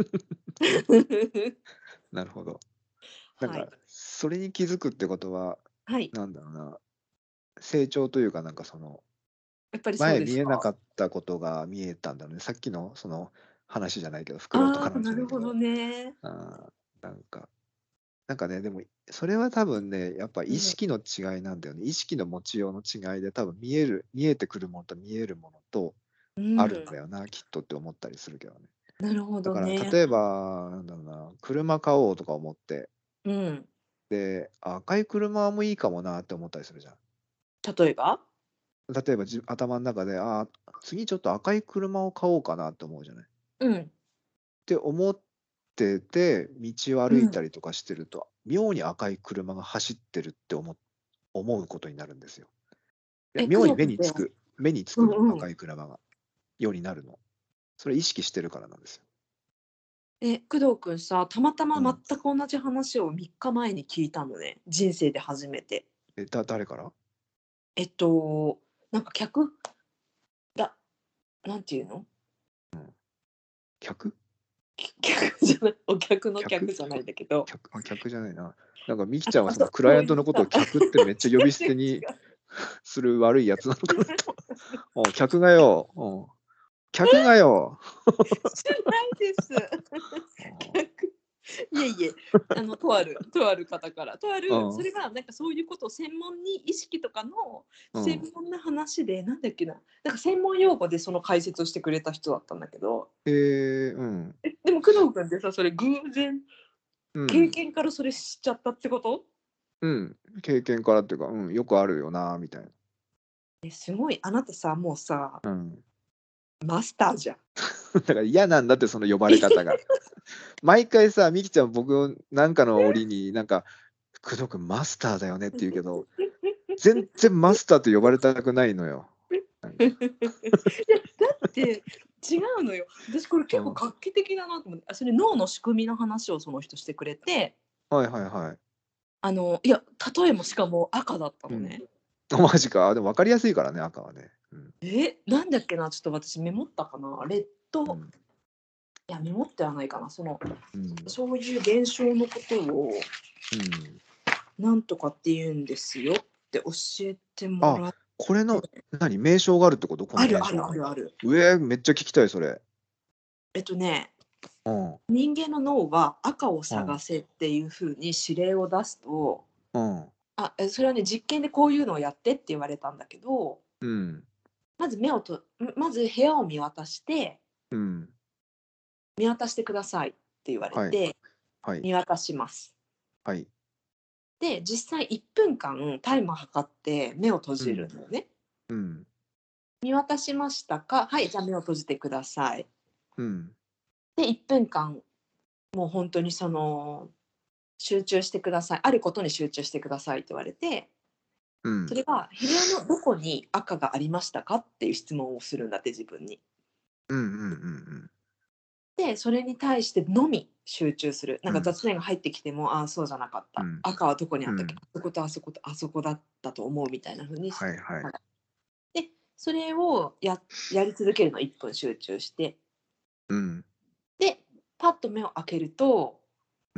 なるほど。なんか、 はい。 それに気づくってことは、 はい。 なんだろうな、成長というか、なんかその、 やっぱりそう前ですか。 見えなかったことが見えたんだろうね。さっきのその話じゃないけど、袋とかああ、 の話なるほどじゃないけど、 ね。 なんかね、でも、それは多分ね、やっぱうん。 意識の違いなんだよね。意識の持ちようの違いで、多分見えてくるものと見えるものとうあるんん。 だよな、きっとって思ったりするけどね。 なるほだから、 どね。 例えば、なんだろうな、車買おうとか思って、 うん。 で、赤い車もいいかもなって思ったりするじゃん。 例えば？ 例えば頭の中で、次ちょっと赤い車を買おうかなって思うじゃない。 うん。 って思ってて、道をうん。 歩いたりとかしてると、妙に赤い車が走ってるって思うことになるんですよ。いや、 え、 妙に黒くて目につくうんうん。 赤い車が、ようになるの。 それ意識してるからなんですよ。 工藤くんさ、たまたまうん。 全く同じ話を3日前に聞いたのね。人生で初めて。 誰から？ えっと、なんかだ、なんていうの？ 客？ 客じゃない、お客の客？ 客じゃないんだけど、 客じゃないな。なんかミキあ、 ちゃんはそのクライアントのことをそういうさ、 客ってめっちゃ呼び捨てにする悪いやつなのかなと。客がよ、客がよ。 してないです。客いえいえ、とある方から、それがなんかそういうことを専門に意識とかの専門な話で、なんだっけな、なんか専門用語でその解説をしてくれた人だったんだけど、 うん。 でも工藤君ってさ、それ偶然、経うん。 験からそれ知っちゃったってこと？ うん。経験からっていうか、よくあるよなみたいな。 すごい、あなたさ、もうさ、 うん。 マスターじゃん。 だから嫌なんだって、その呼ばれ方が。毎回さ、ミキちゃん僕をなんかの折になんか、工藤君マスターだよねって言うけど、全然マスターって呼ばれたくないのよ。なんか。 いや、だって違うのよ。私これ結構うん。 画期的だなと思って、それ脳の仕組みの話をその人してくれて、 はいはいはい。 いや、例えもしかも赤だったうん。 のね。 マジか。でも分かりやすいからね、赤はね。うん。 なんだっけな、ちょっと私メモったかな。 うん。 いや、メモってはないかな。 うん。 そういう現象のことを、 うん。 なんとかって言うんですよって教えてもあ、 らって、 これの、名称があるってこと？このあるあ現象が。 るあるある。 めっちゃ聞きたい、それ。 えっとね、 うん。 人間の脳は赤をうん。 探せっていうふうに指令を出すと、 うん。 それはね、実験でこういうのをやってって言われたんだけど、 うん。 まず部屋をうん。 見渡してくださいって言われはい。 て、 はい。 見渡します。 はい。 で、実際1分間タイマー測って目を閉じるうん。 のよね。 うん。 見渡しましたか？はい、じゃあ目を閉じてください。 うん。 で、1分間、もう本当に集中してください。あることに集中してくださいって言われて、 うん。 それが部屋のどこに赤がありましたかっていう質問をするんだって、自分に。 うんうんうんで、それに対してのみ集中する。なんかうん。 雑念が入ってきても、ああ、そうじゃなかった。 うん。 赤はどこにあったっけ？ うん。 あそことあそことあそこだったと思うみたいな風にしはいはい。 はい。で、それをやり続けるの、1分集中して。 うん。 で、パッと目を開けると、 うん。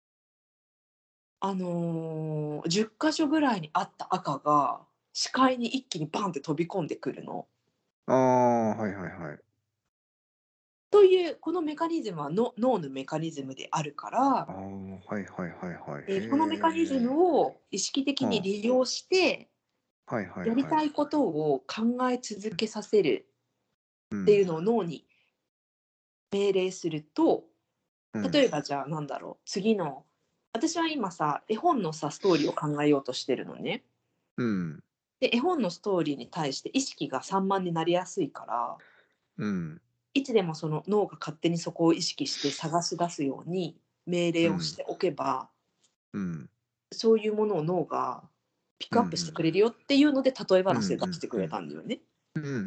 10箇所ぐらいにあった赤が視界に一気にバンって飛び込んでくるの。 ああ、はいはいはい。 という、このメカニズムは脳のメカニズムであるから、 ああ、はいはいはいはい。へこのメカニズえ。 ムを意識的にうん。 利用してはいはいやりはい。 たいことを考え続けさせるうん。 っていうのを脳に命令すると、 うん。 例えばじゃあなんだろう、私は今さ、絵本のさ、ストーリーを考えようとしてるのね。 うん。 で、絵本のストーリーに対して意識が散漫になりやすいから、 うん。 いつでもその脳が勝手にそこを意識して探し出すように命令をしうん。 ておけば、 うん。 そういうものを脳がピッうんうクアップしてくん。 れるよっていうので、例えうんう話で出してくれんうん。 たんだよね。 うんうんうん。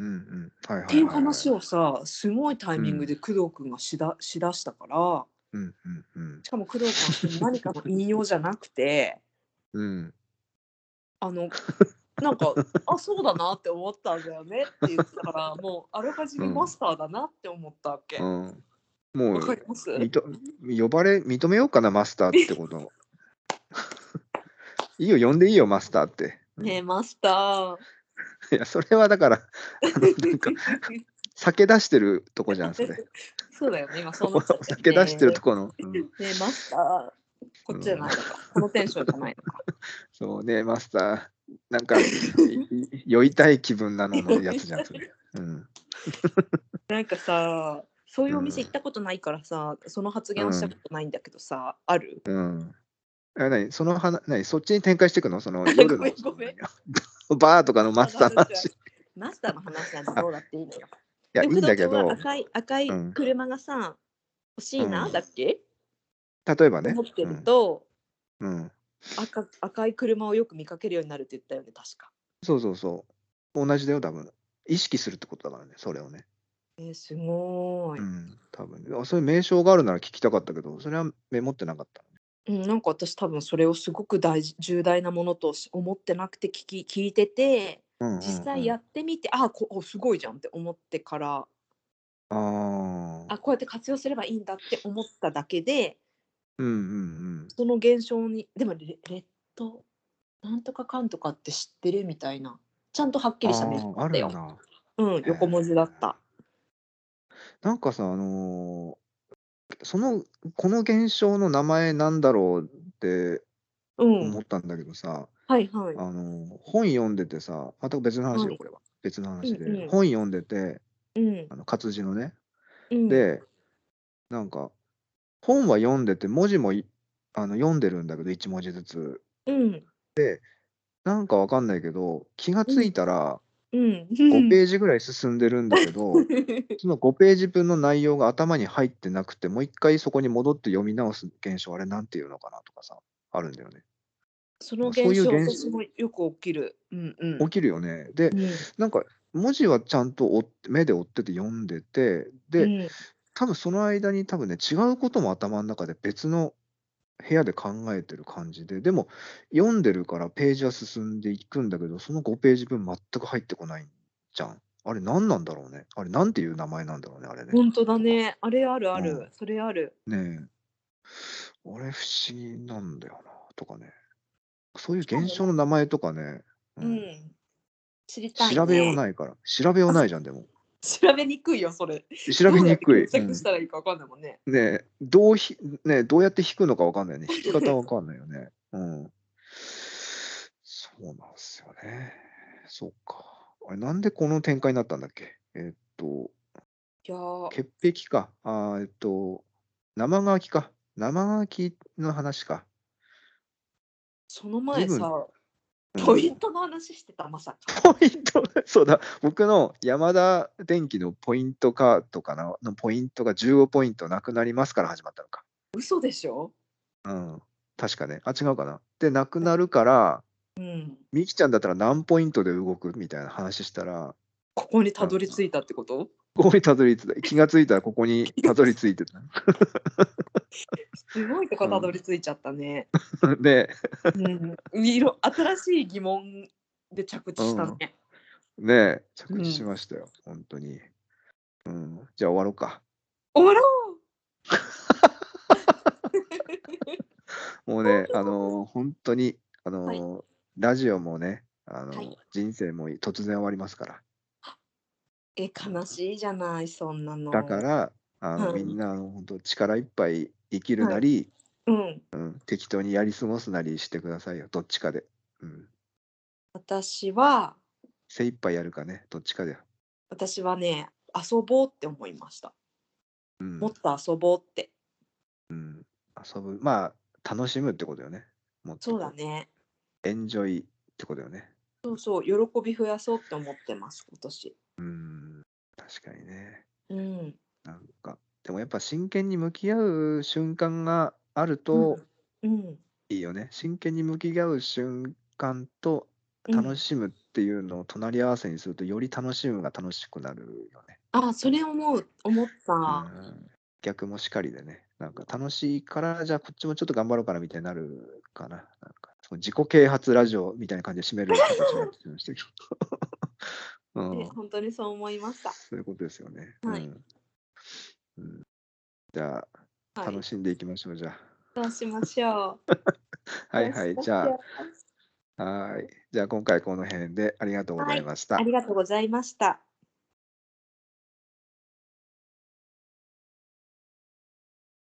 はいっていうはいはいはい。 話をさ、すごいタイミングうん。 で工藤君がしだしたから、 うんうんうん。 しかも工藤君はそれ何かの引用じゃなくて、 うん。 あの、なんか、あ、そうだなって思ったんだよねって言ってたから、もうあらかじうん。 めマスターだなって思ったわけ。 うん。もわかう、 ります？ みと認めようかな、マスターってこと。いいよ、呼んでいいよ、マスターって。うん。 ねえ、マスター。 いや、それはだから、なんか、酒出してるとこじゃん、それ。 そうだよね、今そうなっちゃっおたよ酒出してるとね。 この、 ねえ、マスター。こっちじゃうん、 ないのか。このテンションじゃないのか。 そうね、マスター、なんか、酔いたい気分なののやつじゃん、それ。うん。 なんかさ、そういうお店行っうん。 たことないからさ、その発うん。 言をしたことないんだけどさ、ある？ うん。そっちに展開していくの？そのご夜の、 めんごめん。 バーとかのマスマスターの話は、 ターの話。 マスターの話なんてあ、いどうだっていいのよ。 や、 でもいいん工藤君はだけど、 赤いうん、 車がさ、欲しいなうん。 だっけ？ 例えばね、 思ってるうん、 と、 うん。 赤い車をよく見かけるようになるって言ったよね、確か。 そうそうそう。同じだよ、多分。意識するってことだからね、それをね。 すごい。 多分ね。そういう名称があるなら聞きたかったけど、それはメモってなかったなんか私多分それをすごく重大なものと思ってなくて聞いてて、 の。うんうんうん。 実際やってみて、すごいじゃんって思ってから、 ああ。 こうやって活用すればいいんだって思っただけで、 うんうんうん。 その現象に、でもレッドなんとかかんとかって知ってるみたいな、ちゃんとはっきりした名称ああ、あだったよ。 るんだ。へ横文字だっえ。 た。 なんかさ、その、この現象の名前なんだろうってうん。 思ったんだけどさ、 はいはい。 本読んでてさ、また別の話よ、 はい。 これは。別の話で。 うんうん。 本読んでて、 うん。 活字のね。 うん。 で、なんか、本は読んでて、文字も読んでるんだけど、1文字ずつ。 うん。 なんかわかんないけど、気がついうん。 たら、 うん。 5ページぐらい進んでるんだけど、その5ページ分の内容が頭に入ってなくて、もう一回そこに戻って読み直す現象、あれなんていうのかなとかさ、あるんだよね。 そなんかそうの現象、 いう私もよく起きる。うんうん。 起きるよね。で、 うん。 なんか文字はちゃんと目で追ってて読んでて、で、 うん。 多分その間に多分ね、違うことも頭の中で別の部屋で考えてる感じで、でも読んでるからページは進んでいくんだけど、その5ページ分全く入ってこないじゃん。あれ何なんだろうね。あれなんていう名前なんだろうね、あれね。 ほんとだとか。 ね。あれあるあうん。 る。それある。 ねえ。あれ不思議なんだよな、とかね。そういうしかも現象の名前とかね、うん。 知りたい調べようね。 ないから。調べようないじゃん、でも。 調べにくいよ、それ。 調べどうやって検にくい。 索したらいいかわかんないもんね。 ねえ、どうやって弾くのかわかんないね。弾き方わかんないよね。うん。そうなんですよね。そっか。あれ、なんでこの展開になったんだっけ？ いや、 潔癖か。生乾きか。生乾きの話か。 そのずいぶん前さ、ポイうん。 ントの話してた、まさか。 ポイント、そうだ、僕のヤマダ電機のポイントカードかなのポイントが15ポイントなくなりますから始まったのか。 嘘でしょ？ うん。確かね。あ、違うかな。で、なくなるから、 うん。 ミキちゃんだったら何ポイントで動くみたいな話したら、 ここにたなんか、 どり着いたってこと？ ここにたどり着いた。気がついたらここにたどり着いてた。 すごいとこたどり着いちゃったね。 うん。で、 新しい疑問で着地うん。 したね。 ねえ、着地しうん。 ましたよ、ほんとに。うん。じゃあ終わろうか。 終わろう。 もうね、ほんとに、 はい。 ラジオもね、 はい。 人生も突然終わりますから。うん。 悲しいじゃない、そんなだかの。 ら、 はい。 みんな、ほんと力いっぱい生きるはい。 なり、 うん。 適当にやり過ごすなりしてくださいよ、どっちかで。うん。 私は精一杯やるかね、どっちかだよ。 私はね、遊ぼうって思いました。 うん。 もっと遊ぼうって。 うん。遊ぶ、まあ、楽しむってことよね。もっとそうだね。 エンジョイってことよね。 そうそう、喜び増やそうって思ってます、今年。 うん、確かにね。 うん。 なんか、でもやっぱ真剣に向き合う瞬間があるうん。 とうん。 いいよね。真剣に向き合う瞬間とうん。 楽しむっていうのを隣り合わせにすると、より楽しむが楽しくなるよね。 それ思った。 うん。逆もしかりでね。なんか楽しいから、じゃあこっちもちょっと頑張ろうかなみたいになるかな。なんか、その自己啓発ラジオみたいな感じで締める形になってきましたけど。うん。 本当にそう思いました。 そういうことですよね。うはい。 ん。うん。じゃあ、 はい。 楽しんでいきましょう、じゃそうしましょう。 あ。はいはい。 そうしましじゃょう。 あ、はい。じゃあ今回この辺でありがとうごはい。 ざいました。 ありがとうございました。